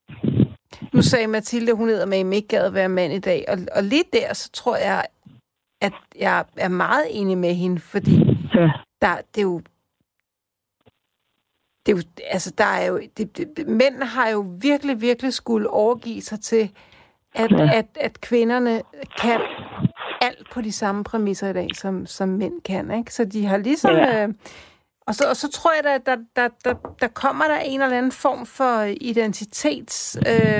[SPEAKER 2] nu sagde Mathilde, hun hedder med, at ikke gad være mand i dag, og, og lige der, så tror jeg, at jeg er meget enig med hende, fordi ja. der, det er jo, det er jo, altså der er jo, det, det, mænd har jo virkelig, virkelig skulle overgive sig til, at, ja. at, at kvinderne kan alt på de samme præmisser i dag, som, som mænd kan, ikke? Så de har ligesom... Ja. Øh, Og så, og så tror jeg, at der, der, der, der kommer der en eller anden form for identitets øh,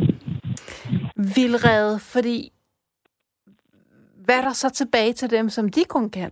[SPEAKER 2] vildrede, fordi hvad er der så tilbage til dem, som de kun kan?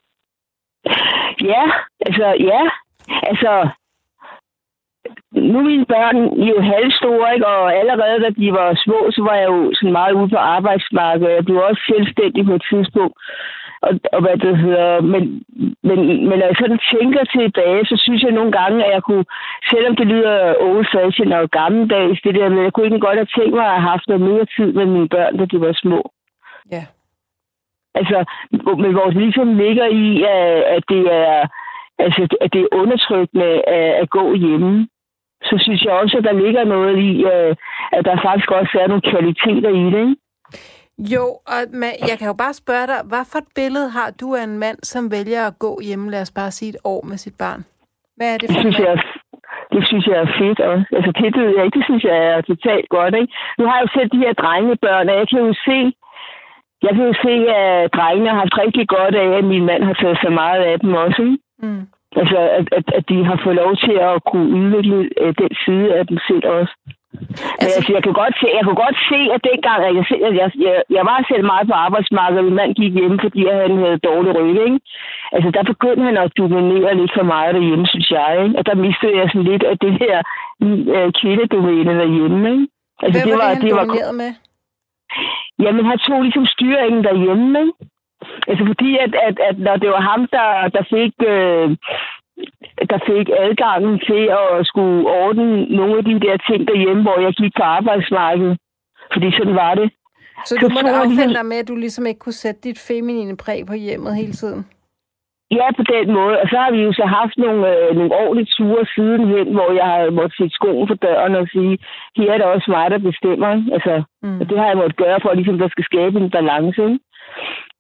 [SPEAKER 5] Ja, altså, ja. Altså, nu er mine børn jo halvstore, ikke? Og allerede da de var små, så var jeg jo sådan meget ude på arbejdsmarkedet. Jeg blev også selvstændig på et tidspunkt. Og, og hvad det hedder, men, men, men når jeg sådan tænker tilbage, så synes jeg nogle gange, at jeg kunne, selvom det lyder old fashion og gammeldags, det der med, jeg kunne ikke godt have tænkt mig at have haft noget mere tid med mine børn, da de var små.
[SPEAKER 2] Ja. Yeah.
[SPEAKER 5] Altså, men hvor det ligesom ligger i, at det er, altså, at det er undertrykkende at, at gå hjemme, så synes jeg også, at der ligger noget i, at der faktisk også er nogle kvaliteter i det, ikke?
[SPEAKER 2] Jo, og jeg kan jo bare spørge dig, hvad for et billede har du af en mand, som vælger at gå hjemme, lad os bare sige et år med sit barn? Hvad er det for
[SPEAKER 5] det synes, jeg, det synes jeg er fedt også. Altså det ved jeg ikke, det synes jeg er totalt godt, ikke? Nu har jeg jo selv de her drengebørn, og jeg kan jo se, jeg kan jo se, at drengene har haft rigtig godt af, at min mand har taget så meget af dem også, ikke? Mm. Altså, at, at, at de har fået lov til at kunne udvikle øh, den side af dem selv også. Men altså, altså, jeg kan godt se, jeg kunne godt se, at dengang, at jeg, jeg, jeg, jeg var selv meget på arbejdsmarkedet, og min mand gik hjemme, fordi han havde dårlig ryg, ikke? Altså, der begyndte han at dominere lidt for meget derhjemme, synes jeg, ikke? Og der mistede jeg sådan lidt af det her øh, kvindedomæne derhjemme, ikke? Altså,
[SPEAKER 2] hvad
[SPEAKER 5] det
[SPEAKER 2] var
[SPEAKER 5] var,
[SPEAKER 2] det, han
[SPEAKER 5] det
[SPEAKER 2] dominerede
[SPEAKER 5] var,
[SPEAKER 2] med?
[SPEAKER 5] Jamen, han tog ligesom styringen derhjemme, ikke? Altså, fordi at, at, at når det var ham, der, der fik... Øh, der fik adgangen til at skulle ordne nogle af de der ting derhjemme, hvor jeg gik på arbejdsmarkedet. Fordi sådan var det.
[SPEAKER 2] Så du måtte affinde dig med, at du ligesom ikke kunne sætte dit feminine præg på hjemmet hele tiden?
[SPEAKER 5] Ja, på den måde. Og så har vi jo så haft nogle, øh, nogle ordentlige ture sidenhen, hvor jeg har måttet sætte skoen for døren og sige, her er det også mig, der bestemmer. Altså, mm. og det har jeg måttet gøre for, at ligesom, der skal skabe en balance. Ikke?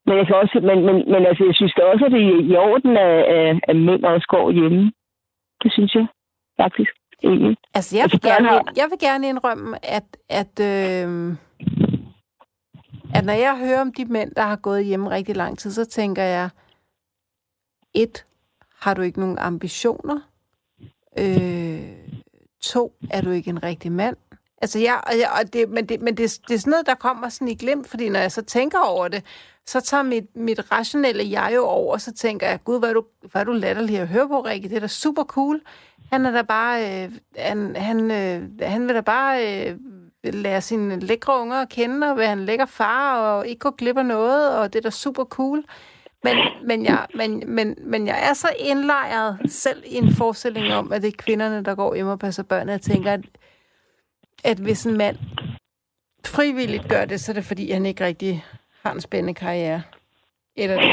[SPEAKER 5] Men jeg kan også, men, men, men altså, jeg synes da også, at det er i orden, at, at, at mænd også går hjemme. Det synes jeg faktisk. Egentlig.
[SPEAKER 2] Altså, jeg vil, gerne, jeg vil gerne indrømme, at, at, øh, at når jeg hører om de mænd, der har gået hjemme rigtig lang tid, så tænker jeg, et, har du ikke nogen ambitioner? Øh, to, er du ikke en rigtig mand? Altså, jeg, og jeg, og det, men det, men det, det er sådan noget, der kommer sådan i glimt, fordi når jeg så tænker over det, så tager mit, mit rationelle jeg jo over, og så tænker jeg, gud, hvad er du, hvad er du latterlig at høre på, Rikke? Det er da super cool. Han er da bare, øh, han, han, øh, han vil da bare øh, lære sine lækre unger at kende, og være en lækker far, og ikke gå glip af noget, og det er da super cool. Men, men, jeg, men, men, men jeg er så indlejret selv i en forestilling om, at det er kvinderne, der går hjem og passer børn. Jeg tænker, at, at hvis en mand frivilligt gør det, så er det fordi, han ikke rigtig har en spændende karriere. Eller det.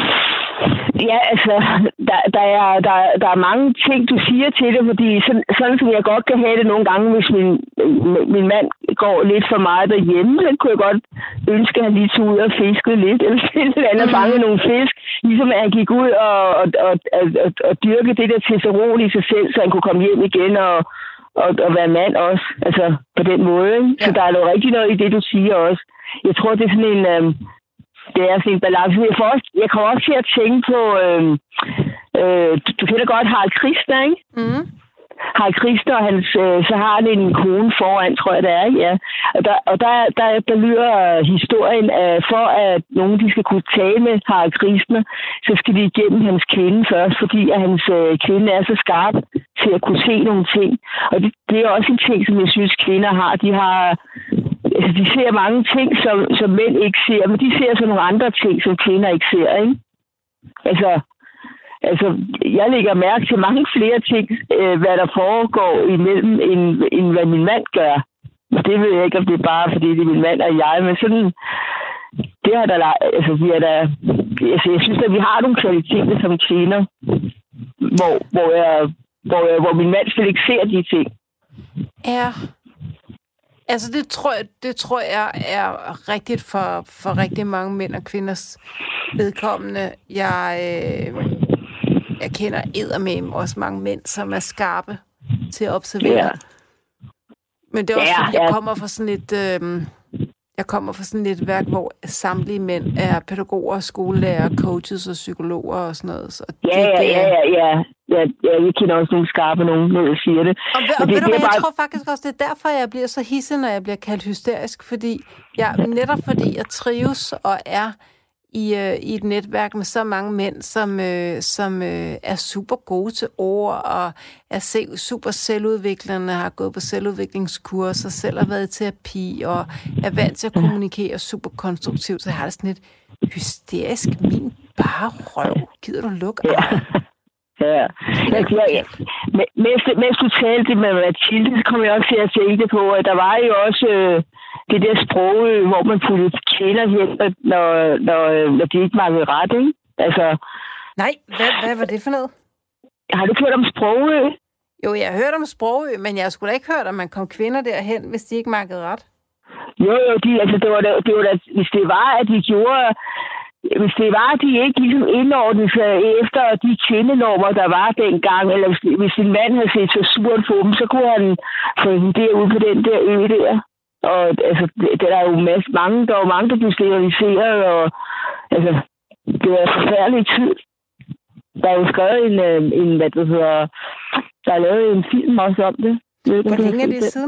[SPEAKER 5] Ja, altså, der, der, er, der, der er mange ting, du siger til det, fordi sådan, sådan som jeg godt kan have det nogle gange, hvis min, min mand går lidt for meget derhjemme, så kunne jeg godt ønske, at han lige tog ud og fiskede lidt, eller eller andet, mm. fange nogle fisk, ligesom at han gik ud og, og, og, og, og, og dyrke det der testosteron i sig selv, så han kunne komme hjem igen og, og, og være mand også, altså på den måde. Ja. Så der er jo rigtig noget i det, du siger også. Jeg tror, det er sådan en... Øh, Det er sådan en balance. Jeg, får også, jeg kommer også til at tænke på, øh, øh, du, du kender godt Harald Kristner, ikke? Mm. Harald Kristner, og hans, øh, så har han en kone foran, tror jeg det er, ja. Og der, og der, der, der lyder historien, øh, for at nogen de skal kunne tale med Harald Kristner, så skal de igennem hans kvinde først, fordi at hans øh, kvinde er så skarp til at kunne se nogle ting. Og det, det er også en ting, som jeg synes, kvinder har. De har... Altså, de ser mange ting, som, som mænd ikke ser, men de ser så nogle andre ting, som kvinder ikke ser, ikke? Altså, altså jeg lægger mærke til mange flere ting, øh, hvad der foregår imellem, end, end hvad min mand gør. Og det ved jeg ikke, om det er bare, fordi det er min mand og jeg, men sådan, det har der, altså, vi er der, altså, jeg synes, at vi har nogle kvaliteter som kvinder, hvor, hvor, jeg, hvor, jeg, hvor min mand slet ikke ser de ting.
[SPEAKER 2] Ja. Altså, det tror, jeg, det tror jeg er rigtigt for, for rigtig mange mænd og kvinders vedkommende. Jeg, øh, jeg kender eddermame også mange mænd, som er skarpe til at observere. Ja. Men det er også, ja, fordi jeg kommer fra sådan et... Øh, jeg kommer fra sådan et værk, hvor samtlige mænd er pædagoger, skolelærer, coaches og psykologer og sådan noget. Så det,
[SPEAKER 5] ja, ja,
[SPEAKER 2] det,
[SPEAKER 5] ja, ja, ja, ja. Jeg kender også nogle skarpe nogen, når jeg siger det.
[SPEAKER 2] Og, og det, ved du hvad, jeg bare... tror faktisk også, det er derfor, jeg bliver så hissig, når jeg bliver kaldt hysterisk, fordi jeg, netop fordi jeg trives og er i, øh, i et netværk med så mange mænd, som, øh, som øh, er super gode til ord og er se, super selvudviklende, har gået på selvudviklingskurser, selv har været i terapi og er vant til at kommunikere super konstruktivt, så jeg har det sådan lidt hysterisk. Min bare røv. Gider du lukke?
[SPEAKER 5] Ja. Ja, altså, ja, ja. Mens, mens du talte med Mathilde, så kom jeg også til at tænke på, at der var jo også øh, det der sprog, hvor man puttede kvinder hen, når, når, når de ikke var ret, ikke? Altså...
[SPEAKER 2] Nej, hvad, hvad var det for noget?
[SPEAKER 5] Har du hørt om Sprogø?
[SPEAKER 2] Jo, jeg har hørt om Sprogø, men jeg skulle da ikke hørt, at man kom kvinder derhen, hvis de ikke markede ret.
[SPEAKER 5] Jo, jo, de, altså, det var da, det var da, hvis det var, at de gjorde... Hvis det var, at de ikke ligesom indordnede sig efter de kvindenormer, der var dengang, eller hvis, hvis en mand havde set så surt på dem, så kunne han få dem derude på den der ø der. Og altså, der er jo masse, mange, der var mange, der blev steriliseret, og altså, det var en forfærdelig tid. Der er jo skrevet en, en hvad det hedder, der er lavet en film også om det.
[SPEAKER 2] Hvor længe er det siden?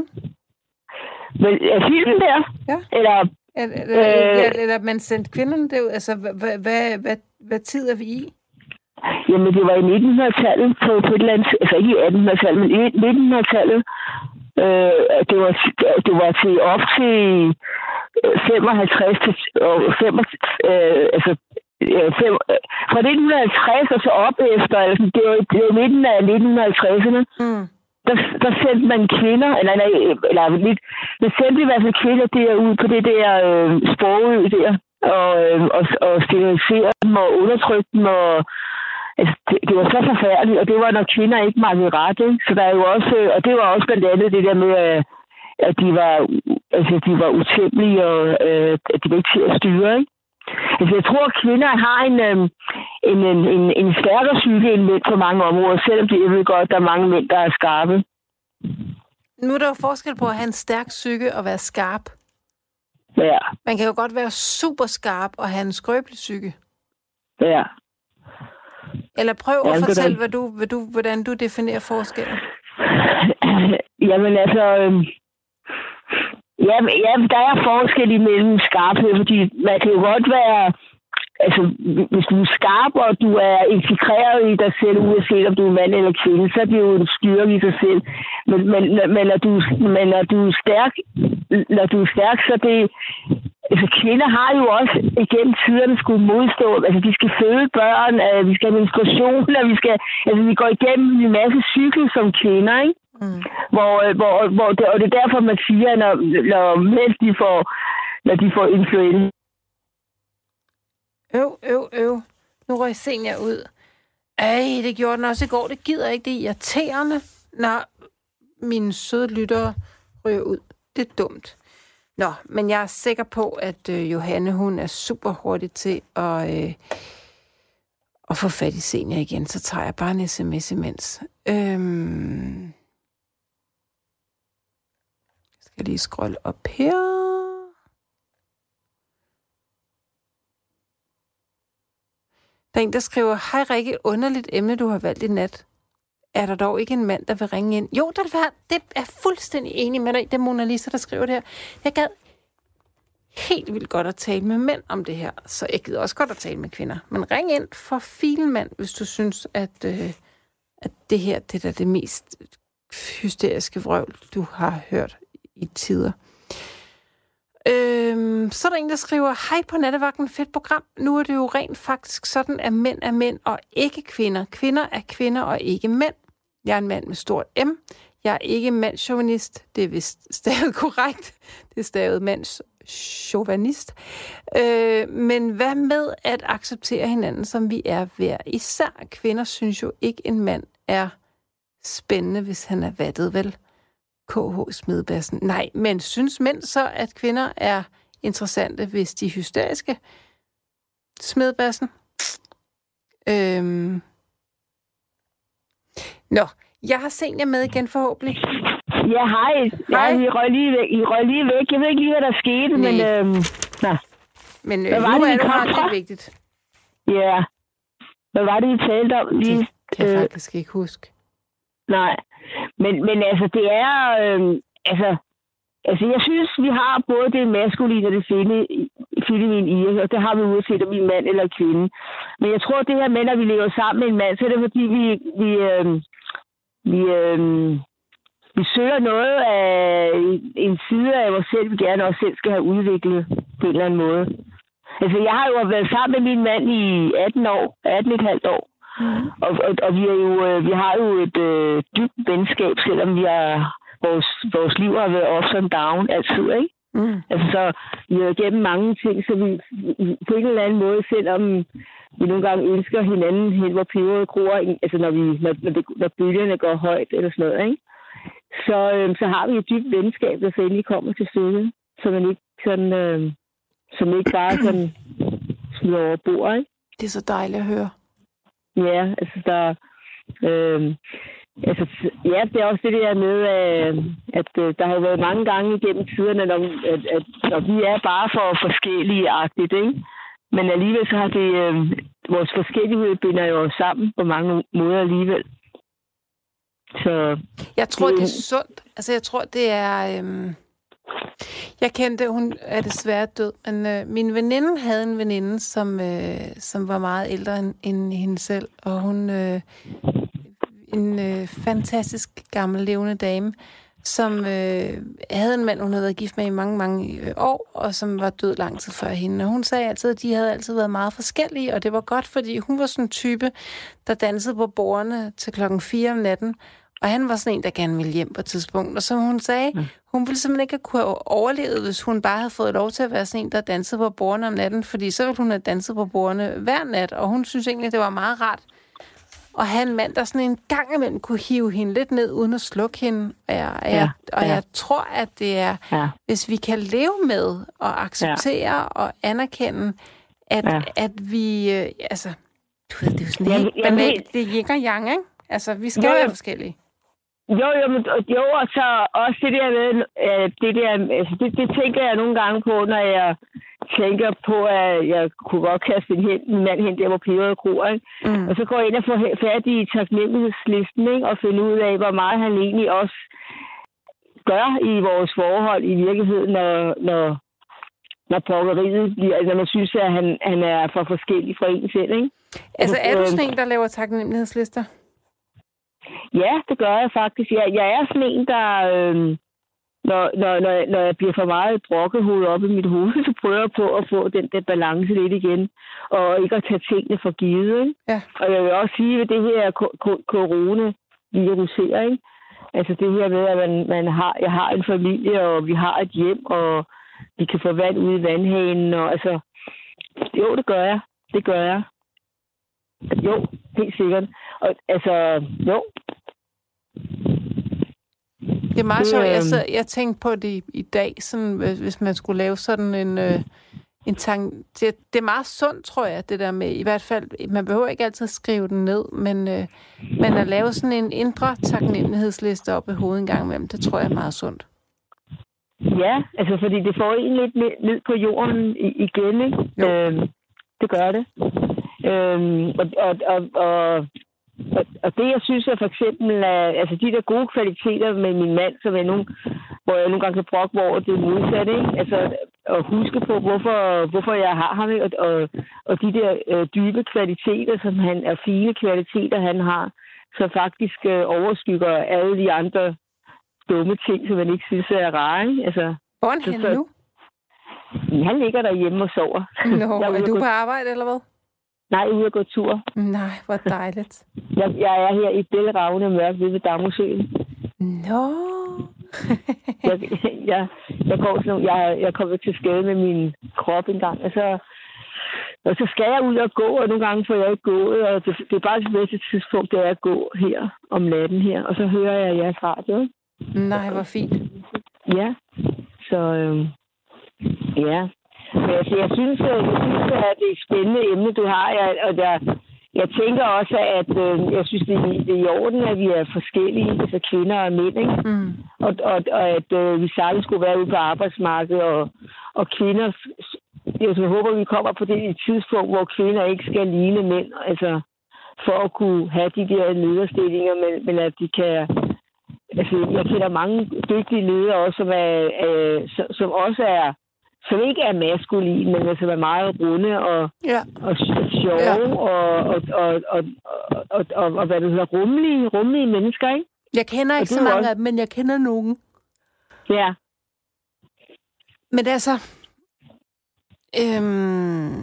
[SPEAKER 5] Men er filmen der?
[SPEAKER 2] Ja.
[SPEAKER 5] Eller...
[SPEAKER 2] Eller, øh, eller man sendte kvinderne derud? Altså, hvad, hvad, hvad, hvad tid er vi i?
[SPEAKER 5] Jamen, det var i nitten hundrede-tallet på, på et eller andet... Altså, ikke i atten hundrede-tallet, men i nitten hundrede-tallet. Øh, det, var, det var til op til femoghalvtreds til... fem, øh, altså, fem, fra nitten halvtreds og så op efter... Altså, det var i midten af nitten halvtredserne. Mm. Der, der sendte man kvinder, eller, eller, eller lidt, der sendte i hvert fald kvinder derud på det der øh, Sprogø der, og, øh, og, og sterilisere dem og undertrykke dem, og altså, det, det var så forfærdeligt, og det var, når kvinder ikke markede ret, ikke? Så der er jo også, og det var også blandt andet det der med, at de var, altså, de var utæmmelige, og øh, at de var ikke til at styre, ikke? Altså, jeg tror, at kvinder har en, øhm, en, en, en, en stærkere psyke end mænd på mange områder, selvom det, jeg ved godt, at der er mange mænd, der er skarpe.
[SPEAKER 2] Nu er der jo forskel på at have en stærk psyke og være skarp.
[SPEAKER 5] Ja.
[SPEAKER 2] Man kan jo godt være super skarp og have en skrøbelig psyke.
[SPEAKER 5] Ja.
[SPEAKER 2] Eller prøv
[SPEAKER 5] ja,
[SPEAKER 2] at fortælle,
[SPEAKER 5] der...
[SPEAKER 2] hvad du, hvad du, hvordan du definerer forskellen.
[SPEAKER 5] Jamen altså... Øhm... Ja, ja, der er forskel imellem skarphed, fordi man kan jo godt være... Altså, hvis du er skarp, og du er integreret i dig selv, uanset om du er mand eller kvinde, så er det jo en styrke i sig selv. Men, men, men, når, du, men når du er stærk, når du er stærk, så det... Altså, kvinder har jo også igennem tiderne skulle modstå. Altså, de skal føde børn, vi skal have menstruation, og vi skal... Altså, vi går igennem en masse cykel som kvinder, ikke? Mm. Hvor, hvor, hvor det, og det er derfor, man siger, når, når mænd de får, når de får influenza.
[SPEAKER 2] Øv, øv, øv. Nu røg Senior ud. Ej, det gjorde den også i går. Det gider ikke. Det er irriterende, når mine søde lyttere ryger ud. Det er dumt. Nå, men jeg er sikker på, at øh, Johanne, hun er super hurtig til at, øh, at få fat i Senior igen. Så tager jeg bare en sms imens. Øhm... Jeg skal lige scrolle op her. Der er en, der skriver, hej Rikke, underligt emne, du har valgt i nat. Er der dog ikke en mand, der vil ringe ind? Jo, der vil være, det er fuldstændig enig med dig. Det er Mona Lisa, der skriver det her. Jeg gad helt vildt godt at tale med mænd om det her, så jeg gider også godt at tale med kvinder. Men ring ind for filmand, hvis du synes, at, øh, at det her det er det mest hysteriske vrøvl, du har hørt i tider. Øhm, så er der en, der skriver, hej på Nattevagten, fedt program. Nu er det jo rent faktisk sådan, at mænd er mænd og ikke kvinder. Kvinder er kvinder og ikke mænd. Jeg er en mand med stort M. Jeg er ikke mandschauvinist. Det er vist stavet korrekt. Det er stavet mandschauvinist. Øh, men hvad med at acceptere hinanden, som vi er hver især? Kvinder synes jo ikke, en mand er spændende, hvis han er vattet, vel? K H Smedbassen. Nej, men synes mænd så, at kvinder er interessante, hvis de er hysteriske? Smedbassen. Øhm. Nå, jeg har Senior med igen forhåbentlig.
[SPEAKER 5] Ja, hej.
[SPEAKER 2] Hej.
[SPEAKER 5] Ja, I røg lige væk. I røg lige væk. Jeg ved ikke lige, hvad der skete,
[SPEAKER 2] Nej.
[SPEAKER 5] men... Øhm, nej.
[SPEAKER 2] Men øh,
[SPEAKER 5] hvad var
[SPEAKER 2] nu
[SPEAKER 5] det,
[SPEAKER 2] er det
[SPEAKER 5] fra?
[SPEAKER 2] meget vigtigt.
[SPEAKER 5] Ja. Hvad var det, I talte om lige?
[SPEAKER 2] Det kan jeg
[SPEAKER 5] øh,
[SPEAKER 2] faktisk ikke huske.
[SPEAKER 5] Nej. Men, men altså, det er... Øh, altså, altså, jeg synes, vi har både det maskuline og det feminine i os, og det har vi uanset om vi er en mand eller en kvinde. Men jeg tror, at det her med, når vi lever sammen med en mand, så er det fordi, vi... vi øh, vi øh, Vi søger noget af en side af vores selv, vi gerne også selv skal have udviklet på en eller anden måde. Altså, jeg har jo været sammen med min mand i atten år, atten komma fem år. Mm. Og, og, og vi, er jo, vi har jo et øh, dybt venskab, selvom vi er, vores, vores liv har været ups and down altid, ikke? Mm. Altså, så vi har gennem mange ting, så vi på en eller anden måde, selvom vi nogle gange ønsker hinanden hen, hvor peberet gror, altså når, vi, når, når, det, når bølgerne går højt eller sådan noget, ikke? Så, øh, så har vi et dybt venskab, der så endelig kommer til stykket, så man ikke sådan, øh, som ikke bare sådan smider over bord, ikke?
[SPEAKER 2] Det er så dejligt at høre.
[SPEAKER 5] Ja, altså der, øh, altså, ja, det er også det der med, øh, at øh, der har været mange gange igennem tiderne, når, at, at, når vi er bare for forskellige-agtigt, ikke? Men alligevel så har det, øh, vores forskellighed binder jo sammen på mange måder alligevel. Så
[SPEAKER 2] jeg tror, det, det er sundt. Altså, jeg tror, det er... Øhm... Jeg kendte, hun er desværre død, men øh, min veninde havde en veninde, som, øh, som var meget ældre end, end hende selv, og hun... Øh, en øh, fantastisk gammel levende dame, som øh, havde en mand, hun havde været gift med i mange, mange øh, år, og som var død lang tid før hende. Og hun sagde altid, at de havde altid været meget forskellige, og det var godt, fordi hun var sådan en type, der dansede på bordene til klokken fire om natten, og han var sådan en, der gerne ville hjem på et tidspunkt. Og som hun sagde, mm. hun ville simpelthen ikke kunne have overlevet, hvis hun bare havde fået lov til at være sådan en, der dansede på bordene om natten, fordi så ville hun have danset på bordene hver nat, og hun synes egentlig, det var meget rart og have en mand, der sådan en gang imellem kunne hive hende lidt ned, uden at slukke hende. Og jeg, ja, jeg, og ja. jeg tror, at det er, ja. hvis vi kan leve med og acceptere ja. og anerkende, at,
[SPEAKER 5] Ja.
[SPEAKER 2] at vi, øh, altså, du ved, det er jo sådan
[SPEAKER 5] Jamen,
[SPEAKER 2] helt
[SPEAKER 5] jamen,
[SPEAKER 2] banalt, det er yin og yang, ikke? Altså, vi skal
[SPEAKER 5] Jo,
[SPEAKER 2] jo
[SPEAKER 5] jo.
[SPEAKER 2] være forskellige.
[SPEAKER 5] Jo, jo, men, jo, og så også det der med, øh, det der, altså det, det tænker jeg nogle gange på, når jeg tænker på, at jeg kunne godt kaste en, hen, en mand hen der, hvor Peder gror, ikke?
[SPEAKER 2] Mm.
[SPEAKER 5] Og så går jeg ind og får fat i taknemmelighedslisten, ikke? Og finde ud af, hvor meget han egentlig også gør i vores forhold i virkeligheden, når, når, når pokkeriet bliver, når man synes, at han, han er for forskellig fra en selv, ikke?
[SPEAKER 2] Altså, er du
[SPEAKER 5] øh,
[SPEAKER 2] sådan en, der laver taknemmelighedslister?
[SPEAKER 5] Ja, det gør jeg faktisk. Jeg, jeg er sådan en, der... Øh, når, når, når, når jeg bliver for meget brokkehoved op i mit hoved, så prøver jeg på at få den der balance lidt igen. Og ikke at tage tingene for givet. Ikke?
[SPEAKER 2] Ja.
[SPEAKER 5] Og jeg vil også sige, at det her coronavirus her, ikke? Altså det her med, at man, man har, jeg har en familie, og vi har et hjem, og vi kan få vand ude i vandhanen. Og, altså, jo, det gør jeg. Det gør jeg. Jo, helt sikkert. Og, altså, jo.
[SPEAKER 2] Det er meget
[SPEAKER 5] Det,
[SPEAKER 2] sjovt. Jeg,
[SPEAKER 5] øhm,
[SPEAKER 2] sad, jeg tænkte på det i, i dag, sådan, hvis hvis man skulle lave sådan en, øh, en tank. Det, det er meget sundt, tror jeg, det der med, i hvert fald, man behøver ikke altid at skrive den ned, men, øh, men at lave sådan en indre taknemmelighedsliste op i hovedet en gang imellem, det tror jeg er meget sundt.
[SPEAKER 5] Ja, altså fordi det får en lidt ned på jorden igen, ikke? Øhm, det gør det. Øhm, og, og, og, og, og, og det, jeg synes, er for eksempel, er, altså de der gode kvaliteter med min mand, som er nogle, hvor jeg nogle gange kan brokke over det modsatte, ikke? Altså at huske på, hvorfor, hvorfor jeg har ham, ikke? Og, og, og de der øh, dybe kvaliteter, som han er fine kvaliteter, han har, så faktisk øh, overskygger alle de andre dumme ting, som man ikke synes er rare, ikke? Altså,
[SPEAKER 2] hvor er han nu?
[SPEAKER 5] Han ligger derhjemme og sover.
[SPEAKER 2] Nå, er, er du gå... på arbejde, eller hvad?
[SPEAKER 5] Nej, jeg er ude at gå tur.
[SPEAKER 2] Nej, hvor dejligt.
[SPEAKER 5] jeg, jeg er her i bælragende mørk ved ved Damosøen.
[SPEAKER 2] Nå.
[SPEAKER 5] jeg, jeg, jeg, går sådan, jeg, jeg kommer til skade med min krop en gang, og så, og så skal jeg ud og gå, og nogle gange får jeg ikke gået, og det, det er bare det bedste tidspunkt, det er at gå her om natten her, og så hører jeg jeres radio.
[SPEAKER 2] Nej, hvor fint.
[SPEAKER 5] Ja, så øh, ja. Men altså, jeg synes, jeg synes, at det er et spændende emne, du har, jeg, og jeg, jeg tænker også, at øh, jeg synes, det er, det er i orden, at vi er forskellige, altså kvinder og mænd, ikke? Mm. Og, og, og at øh, vi sagtens skulle være ude på arbejdsmarkedet, og, og kvinder, jeg så håber, vi kommer på det tidspunkt, hvor kvinder ikke skal ligne mænd, altså for at kunne have de der lederstillinger, men, men at de kan... Altså, jeg kender mange dygtige ledere også, som, er, øh, som, som også er, som ikke er maskuline, men som er meget runde og,
[SPEAKER 2] ja.
[SPEAKER 5] og sjove ja. og, og, og, og, og, og, og, og hvad det hedder, rummelige, rummelige mennesker, ikke?
[SPEAKER 2] Jeg kender ikke så mange også... af dem, men jeg kender nogen.
[SPEAKER 5] Ja.
[SPEAKER 2] Men altså, øhm,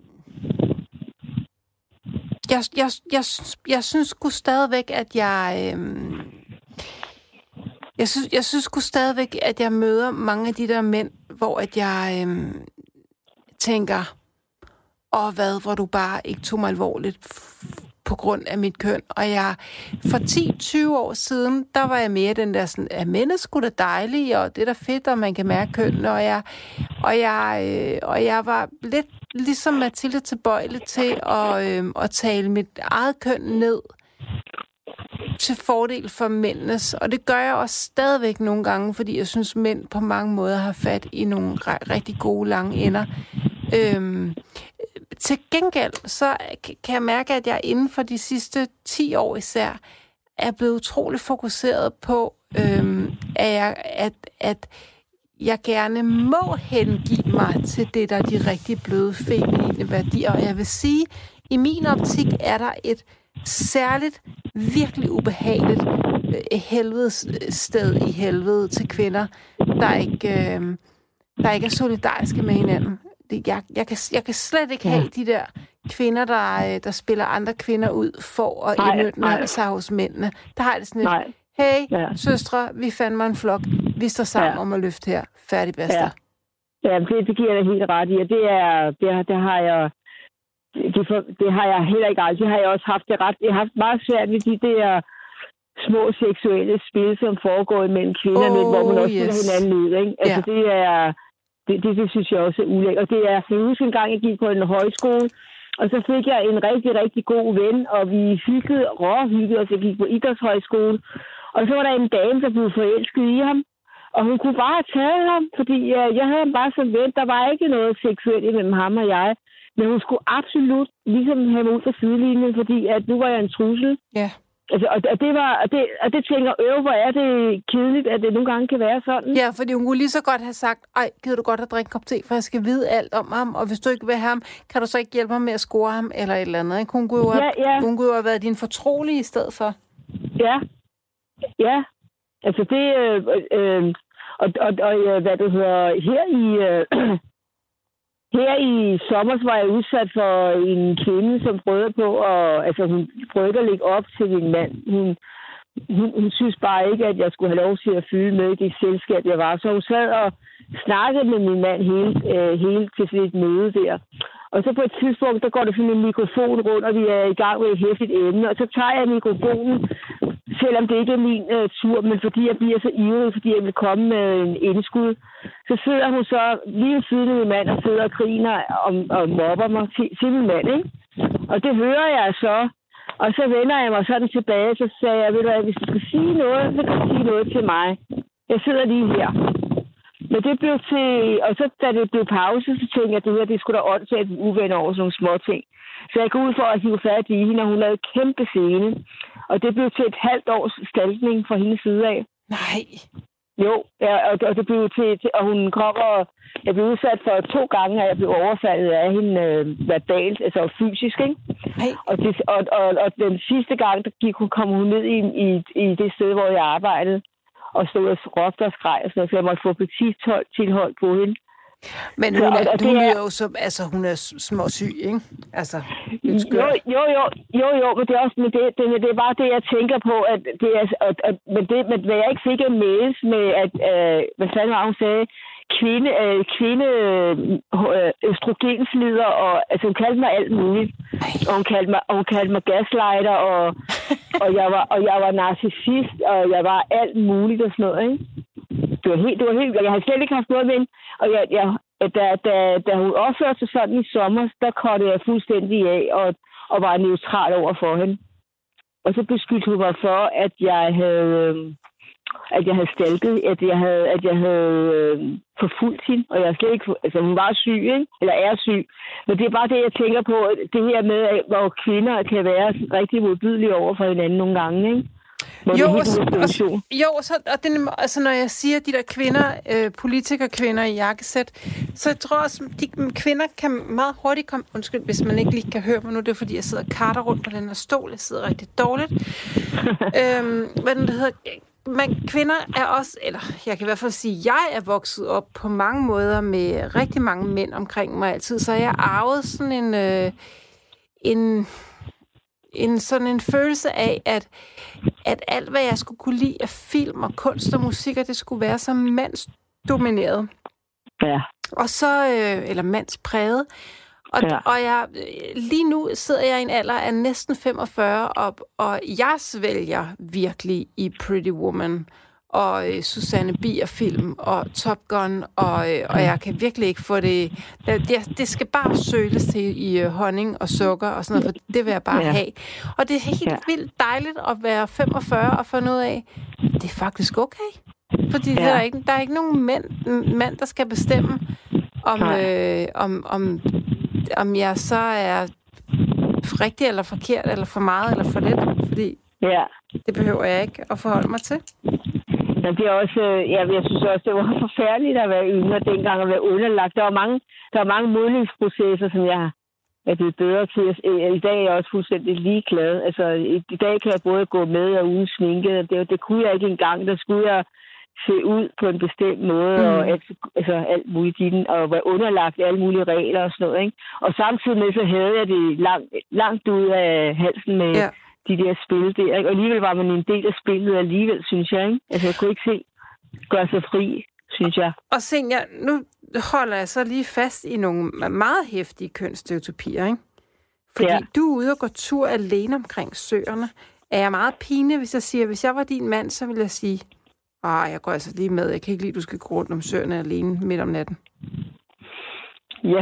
[SPEAKER 2] jeg, jeg, jeg, jeg synes sgu stadigvæk, at jeg... Øhm, Jeg synes, jeg synes sgu stadigvæk, at jeg møder mange af de der mænd, hvor at jeg øhm, tænker, åh hvad, hvor du bare ikke tog mig alvorligt f- på grund af mit køn. Og jeg, for ti til tyve år siden, der var jeg mere den der sådan, at mænd er sgu da dejlige, og det er da fedt, og man kan mærke køn. Og jeg, og jeg, øh, og jeg var lidt ligesom Mathilde tilbøjelig til at, øh, at tale mit eget køn ned, til fordel for mændenes, og det gør jeg også stadigvæk nogle gange, fordi jeg synes, mænd på mange måder har fat i nogle re- rigtig gode lange ender. Øhm, til gengæld, så kan jeg mærke, at jeg inden for de sidste ti år især, er blevet utrolig fokuseret på, øhm, at, jeg, at, at jeg gerne må hengive mig til det, der er de rigtig bløde feminine værdier. Og jeg vil sige, i min optik er der et særligt, virkelig ubehageligt øh, helvedes sted i helvede til kvinder, der ikke, øh, der ikke er solidariske med hinanden. Det, jeg, jeg, kan, jeg kan slet ikke have de der kvinder, der, der spiller andre kvinder ud for at indønde sig hos mændene. Der har jeg det sådan lidt, hey, ja. søstre, vi fandt mig en flok. Vi står sammen ja. om at løfte her. Færdig bedste.
[SPEAKER 5] Ja, ja det, det giver jeg helt ret i. Og det, er, det, det har jeg... Det, for, det har jeg heller ikke altid. Det har jeg også haft det ret. Jeg har haft meget svært ved de der små seksuelle spil, som foregår imellem kvinder, oh, hvor man også yes. hinanden ud. Ikke? Altså, yeah. det er... det, det, det synes jeg også er ulækkert. Og det er, jeg husker en gang, jeg gik på en højskole, og så fik jeg en rigtig, rigtig god ven, og vi hyggede, råhyggede, og så gik på idrætshøjskole. Og så var der en dame, der blev forelsket i ham, og hun kunne bare have taget ham, fordi uh, jeg havde ham bare som ven. Der var ikke noget seksuelt imellem ham og jeg, men hun skulle absolut ligesom have mig ud fra sidelinjen, fordi at nu var jeg en trussel.
[SPEAKER 2] Ja.
[SPEAKER 5] Altså, og, og, det var, og, det, og det tænker øv, hvor er det kedeligt, at det nogle gange kan være sådan.
[SPEAKER 2] Ja, fordi hun kunne lige så godt have sagt, ej, gider du godt at drikke en kop te, for jeg skal vide alt om ham, og hvis du ikke vil have ham, kan du så ikke hjælpe mig med at score ham, eller et eller andet, ikke? Hun kunne jo have,
[SPEAKER 5] ja, ja.
[SPEAKER 2] hun kunne jo have været din fortrolige i stedet for.
[SPEAKER 5] Ja, ja. Altså det, øh, øh, og, og, og hvad det hedder, her i... Øh, Her i sommer var jeg udsat for en kvinde, som prøvede på, og altså hun prøvede at lægge op til min mand. Hun, hun, hun synes bare ikke, at jeg skulle have lov til at fylde med i det selskab, jeg var. Så hun sad og snakkede med min mand hele, øh, hele til sådan et møde der. Og så på et tidspunkt, der går der sådan en mikrofon rundt, og vi er i gang med et hæftigt emne. Og så tager jeg mikrofonen, selvom det ikke er min øh, tur, men fordi jeg bliver så ivrig, fordi jeg vil komme med en indskud. Så sidder hun så lige ved siden af min mand og sidder og griner og, og mobber mig til, til min mand, ikke? Og det hører jeg så. Og så vender jeg mig sådan tilbage, så sagde jeg, ved du hvad, hvis du skal sige noget, så kan du sige noget til mig. Jeg sidder lige her. Men det blev til... Og så da det blev pause, så tænkte jeg, at det her, det skulle da åndssagt uvenner over sådan nogle små ting. Så jeg går ud for at hive fat i hende, og hun lavede kæmpe scene. Og det blev til et halvt års stalkning fra hendes side af.
[SPEAKER 2] Nej.
[SPEAKER 5] Jo, ja, og, og det blev til, til... Og hun kom og... Jeg blev udsat for to gange, at jeg blev overfaldet af hende øh, verbalt, altså fysisk, ikke?
[SPEAKER 2] Nej.
[SPEAKER 5] Og, det, og, og, og den sidste gang, der gik hun, kom hun ned i, i, i det sted, hvor jeg arbejdede, og stod og råbte og skreg, og sådan noget, så jeg måtte få polititilhold tilhold på hende.
[SPEAKER 2] Men hun er,
[SPEAKER 5] så, og, og
[SPEAKER 2] hun
[SPEAKER 5] er,
[SPEAKER 2] er jo som, altså hun er småsyg, ikke? Altså,
[SPEAKER 5] jo, jo, jo, jo, jo, men det er også, men det, det, det er bare det, jeg tænker på, at det er, at, at, men det, men hvad jeg ikke fik en mails med, at, øh, hvad fanden var hun sagde, kvinde, øh, kvinde øh, østrogenslider, og altså hun kaldte mig alt muligt. Og hun kaldte mig, og hun kaldte mig gaslighter, og, og, jeg var, og jeg var narcissist, og jeg var alt muligt og sådan noget, ikke? Det var helt, det var helt, jeg har slet ikke haft noget med hende, og jeg, jeg, da, da, da hun opførte sig sådan i sommer, der kottede jeg fuldstændig af, og, og var neutral over for hende. Og så beskyldte hun mig for, at jeg havde... at jeg havde stalket, at jeg havde, at jeg havde øh, forfulgt hende, og jeg slet ikke, altså hun var syg, ikke? Eller er syg. Men det er bare det, jeg tænker på, det her med, hvor kvinder kan være rigtig modbydelige over for hinanden nogle gange, ikke? Hvor
[SPEAKER 2] jo,
[SPEAKER 5] det
[SPEAKER 2] og, og, jo så, og det, altså, når jeg siger, de der kvinder, øh, politikerkvinder i jakkesæt, så jeg tror også, de kvinder kan meget hurtigt komme, undskyld, hvis man ikke lige kan høre mig nu, det er fordi, jeg sidder og karter rundt på den her stol, jeg sidder rigtig dårligt. øhm, hvad den hedder... Men kvinder er også, eller jeg kan i hvert fald sige, at jeg er vokset op på mange måder med rigtig mange mænd omkring mig altid, så jeg har arvet sådan en, øh, en, en, sådan en følelse af, at, at alt, hvad jeg skulle kunne lide af film og kunst og musik, det skulle være så mandsdomineret.
[SPEAKER 5] Ja.
[SPEAKER 2] Og så, øh, eller mandspræget. Og, ja. og jeg, lige nu sidder jeg i en alder af næsten femogfyrre, og, og jeg svælger virkelig i Pretty Woman, og øh, Susanne Bier-film, og Top Gun, og, øh, og jeg kan virkelig ikke få det... Det, det skal bare søles til i øh, honning og sukker og sådan noget, for det vil jeg bare ja. have. Og det er helt ja. vildt dejligt at være femogfyrre og få noget af, det er faktisk okay. Fordi ja. der, er ikke, der er ikke nogen mænd, mand, der skal bestemme, om, øh, om, om, om jeg så er rigtig eller forkert, eller for meget eller for lidt. Fordi
[SPEAKER 5] ja.
[SPEAKER 2] det behøver jeg ikke at forholde mig til.
[SPEAKER 5] Ja, det er også, ja, jeg synes også, det var forfærdeligt at være yngre dengang og være underlagt. Der var mange, der var mange modningsprocesser, som jeg er blevet bedre til. I dag er jeg også fuldstændig ligeglad. Altså, i, i dag kan jeg både gå med og uden sminke. Det, det kunne jeg ikke engang. Der skulle jeg se ud på en bestemt måde, mm. og alt, altså alt muligt i den, og være underlagt alle mulige regler og sådan noget, ikke? Og samtidig med, så havde jeg det langt, langt ud af halsen med ja. de der spil der, ikke? Og alligevel var man en del af spillet alligevel, synes jeg, ikke? Altså, jeg kunne ikke se gøre sig fri, synes jeg.
[SPEAKER 2] Og Senja, nu holder jeg så lige fast i nogle meget heftige kønsstereotypier, ikke? Fordi ja. du er ude og gå tur alene omkring søerne. Er jeg meget pine, hvis jeg siger, hvis jeg var din mand, så ville jeg sige, Ah, jeg går altså lige med. Jeg kan ikke lide, at du skal gå rundt om søerne alene midt om natten.
[SPEAKER 5] Ja,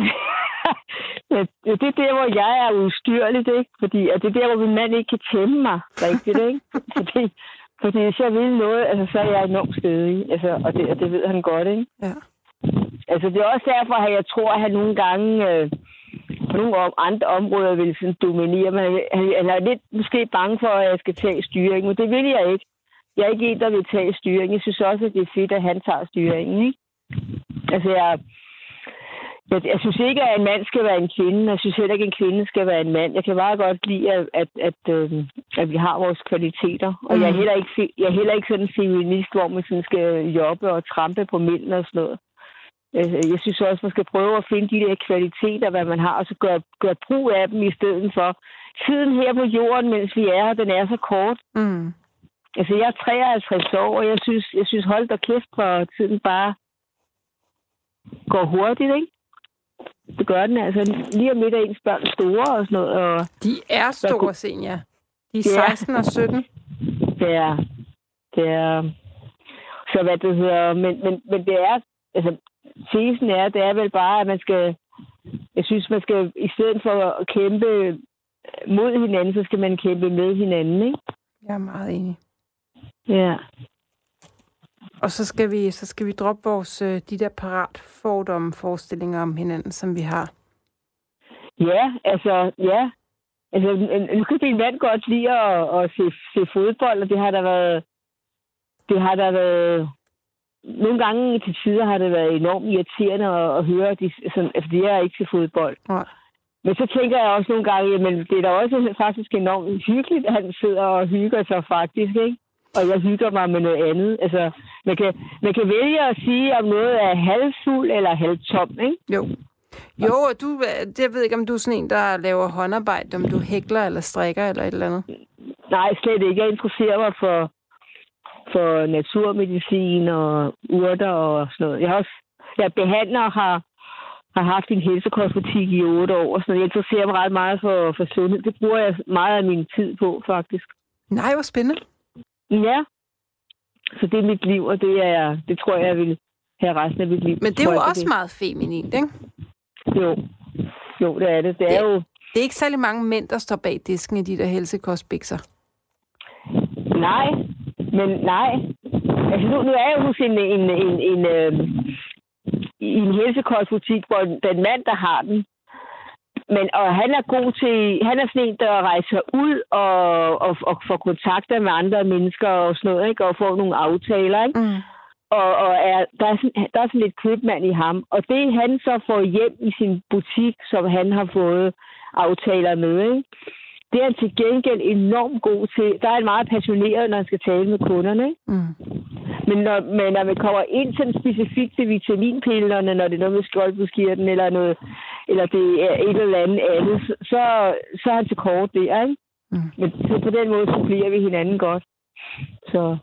[SPEAKER 5] det er der, hvor jeg er ustyrligt, ikke? Fordi, og det er der, hvor min mand ikke kan tæmme mig rigtigt, ikke? Fordi, fordi hvis jeg vil noget, altså, så er jeg enormt stedig. Altså, og, det, og det ved han godt, ikke?
[SPEAKER 2] Ja.
[SPEAKER 5] Altså, det er også derfor, at jeg tror, at han nogle gange øh, på nogle om, andre områder vil sådan dominere. Men han, han er lidt måske bange for, at jeg skal tage styring, men det vil jeg ikke. Jeg er ikke en, der vil tage styring. Jeg synes også, at det er fedt, at han tager styringen, ikke? Altså, jeg... Jeg, jeg synes ikke, at en mand skal være en kvinde. Jeg synes heller ikke, at en kvinde skal være en mand. Jeg kan meget godt lide, at, at, at, øh, at vi har vores kvaliteter. Og mm. jeg, er heller ikke, jeg er heller ikke sådan en feminist, hvor man sådan skal jobbe og trampe på mænd og sådan noget. Jeg synes også, man skal prøve at finde de der kvaliteter, hvad man har, og så gøre, gøre brug af dem i stedet for. Tiden her på jorden, mens vi er her, den er så kort. Mm. Altså, jeg er treoghalvtreds år, og jeg synes, jeg synes hold da kæft, for tiden bare går hurtigt, ikke? Det gør den, altså. Lige om lidt er ens børn store og sådan noget. Og
[SPEAKER 2] de er store, Senja. De er seksten og sytten.
[SPEAKER 5] Det er... Det er... Så hvad det hedder... Men, men, men det er... Altså, tesen er, det er vel bare, at man skal... Jeg synes, man skal... I stedet for at kæmpe mod hinanden, så skal man kæmpe med hinanden, ikke?
[SPEAKER 2] Jeg er meget enig.
[SPEAKER 5] Ja.
[SPEAKER 2] Og så skal vi så skal vi droppe vores de der paratfordomme forestillinger om hinanden, som vi har.
[SPEAKER 5] Ja, altså, ja. Altså, nu kan din mand godt lide at, at se, se fodbold, og det har der været... Det har der været... Nogle gange til tider har det været enormt irriterende at, at høre, de, sådan, altså, de er ikke til fodbold.
[SPEAKER 2] Nej.
[SPEAKER 5] Men så tænker jeg også nogle gange, men det er da også faktisk enormt hyggeligt, at han sidder og hygger sig faktisk, ikke? Og jeg hygger mig med noget andet. Altså, man kan, man kan vælge at sige, om noget er halvfuld eller halvtom, ikke?
[SPEAKER 2] Jo. Jo, og du, jeg ved ikke, om du er sådan en, der laver håndarbejde, om du hækler eller strikker eller et eller andet.
[SPEAKER 5] Nej, slet ikke. Jeg interesserer mig for, for naturmedicin og urter og sådan noget. Jeg har også, jeg behandler og har, har haft en helsekostbutik i otte år, så jeg interesserer mig ret meget for, for sundhed. Det bruger jeg meget af min tid på, faktisk.
[SPEAKER 2] Nej, hvor spændende.
[SPEAKER 5] Ja, så det er mit liv, og det er, det tror jeg, jeg vil have resten af mit liv.
[SPEAKER 2] Men det er jo også det. Meget feminint, ikke?
[SPEAKER 5] Jo, jo, det er det. Det er
[SPEAKER 2] det,
[SPEAKER 5] jo...
[SPEAKER 2] Det er ikke særlig mange mænd, der står bag disken i de der helsekostbikser.
[SPEAKER 5] Nej, men nej. Altså, nu, nu er jeg jo hos en, en, en, en, øh, i en helsekostbutik, hvor den mand, der har den, Men, og han er god til, han er sådan en, der rejser ud og, og, og får kontakter med andre mennesker og sådan noget, ikke? Og får nogle aftaler, ikke? Mm. Og, og er, der, er sådan, der er sådan lidt købmand i ham. Og det han så får hjem i sin butik, som han har fået aftaler med, ikke? Det er han til gengæld enormt god til. Der er han meget passioneret, når han skal tale med kunderne, ikke? Mm. Men, når, men når man kommer ind sådan specifikt til vitaminpillerne, når det er noget med skjoldbuskirten eller noget, eller det er et eller andet andet, så, så er han til kort der, ikke? Mm. Men så på den måde, så bliver vi hinanden godt. Så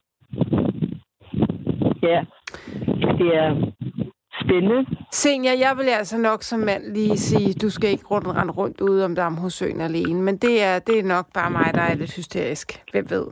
[SPEAKER 5] ja, det er spændende.
[SPEAKER 2] Senja, jeg vil altså nok som mand lige sige, du skal ikke rundt rende rundt ude om Damhusøen alene, men det er, det er nok bare mig, der er lidt hysterisk. Hvem ved?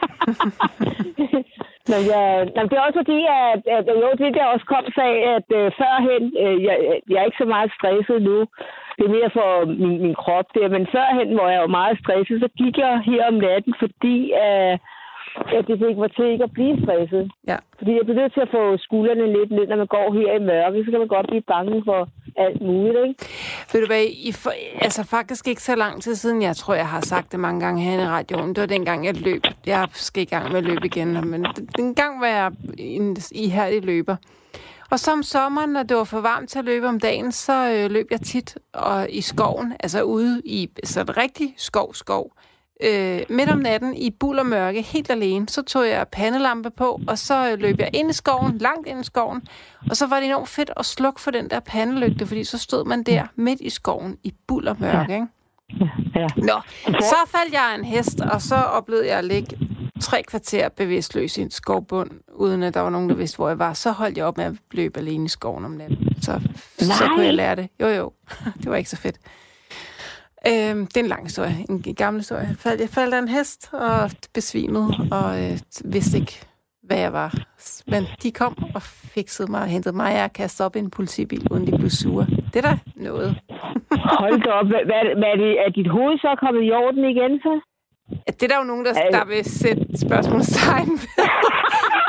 [SPEAKER 5] Nå, ja, det er også fordi, at, at jo, det der også kom sig, at uh, førhen, uh, jeg, jeg er ikke så meget stresset nu, det er mere for min, min krop der, men førhen, hvor jeg var meget stresset, så gik jeg her om natten, fordi uh, at det fik mig til ikke at blive stresset. Ja. Fordi jeg bliver nødt til at få skuldrene lidt ned, når man går her i mørke, så kan man godt blive bange for alt muligt, ikke?
[SPEAKER 2] Ved du hvad, I for, altså faktisk ikke så lang tid siden, jeg tror, jeg har sagt det mange gange her i radioen, det var dengang, jeg løb. Jeg skal i gang med at løbe igen, men den gang var jeg en ihærdig løber. Og så om sommeren, når det var for varmt til at løbe om dagen, så øh, løb jeg tit og i skoven, altså ude i sådan rigtig skov-skov. Øh, midt om natten i bullermørke, helt alene, så tog jeg pandelampe på, og så løb jeg ind i skoven, langt ind i skoven, og så var det enormt fedt at slukke for den der pandelygte, fordi så stod man der midt i skoven i bullermørke, ikke? Ja. Nå, så faldt jeg af en hest, og så oplevede jeg at ligge tre kvarter bevidstløs i en skovbund, uden at der var nogen, der vidste, hvor jeg var. Så holdt jeg op med at løbe alene i skoven om natten. Så, så kunne jeg lære det. Jo, jo. Det var ikke så fedt. Øhm, det er en lang historie. En gammel historie. Jeg faldt, jeg faldt af en hest og besvimede, og øh, vidste ikke hvad jeg var. Men de kom og fikset mig og hentede mig, og jeg kastede op i en politibil, uden de blev sure. Det er da noget.
[SPEAKER 5] Hold da op. Hvad, hvad, hvad er, det, er dit hoved så kommet i orden igen, så?
[SPEAKER 2] Det er der jo nogen, der, der vil sætte spørgsmålstegn ved.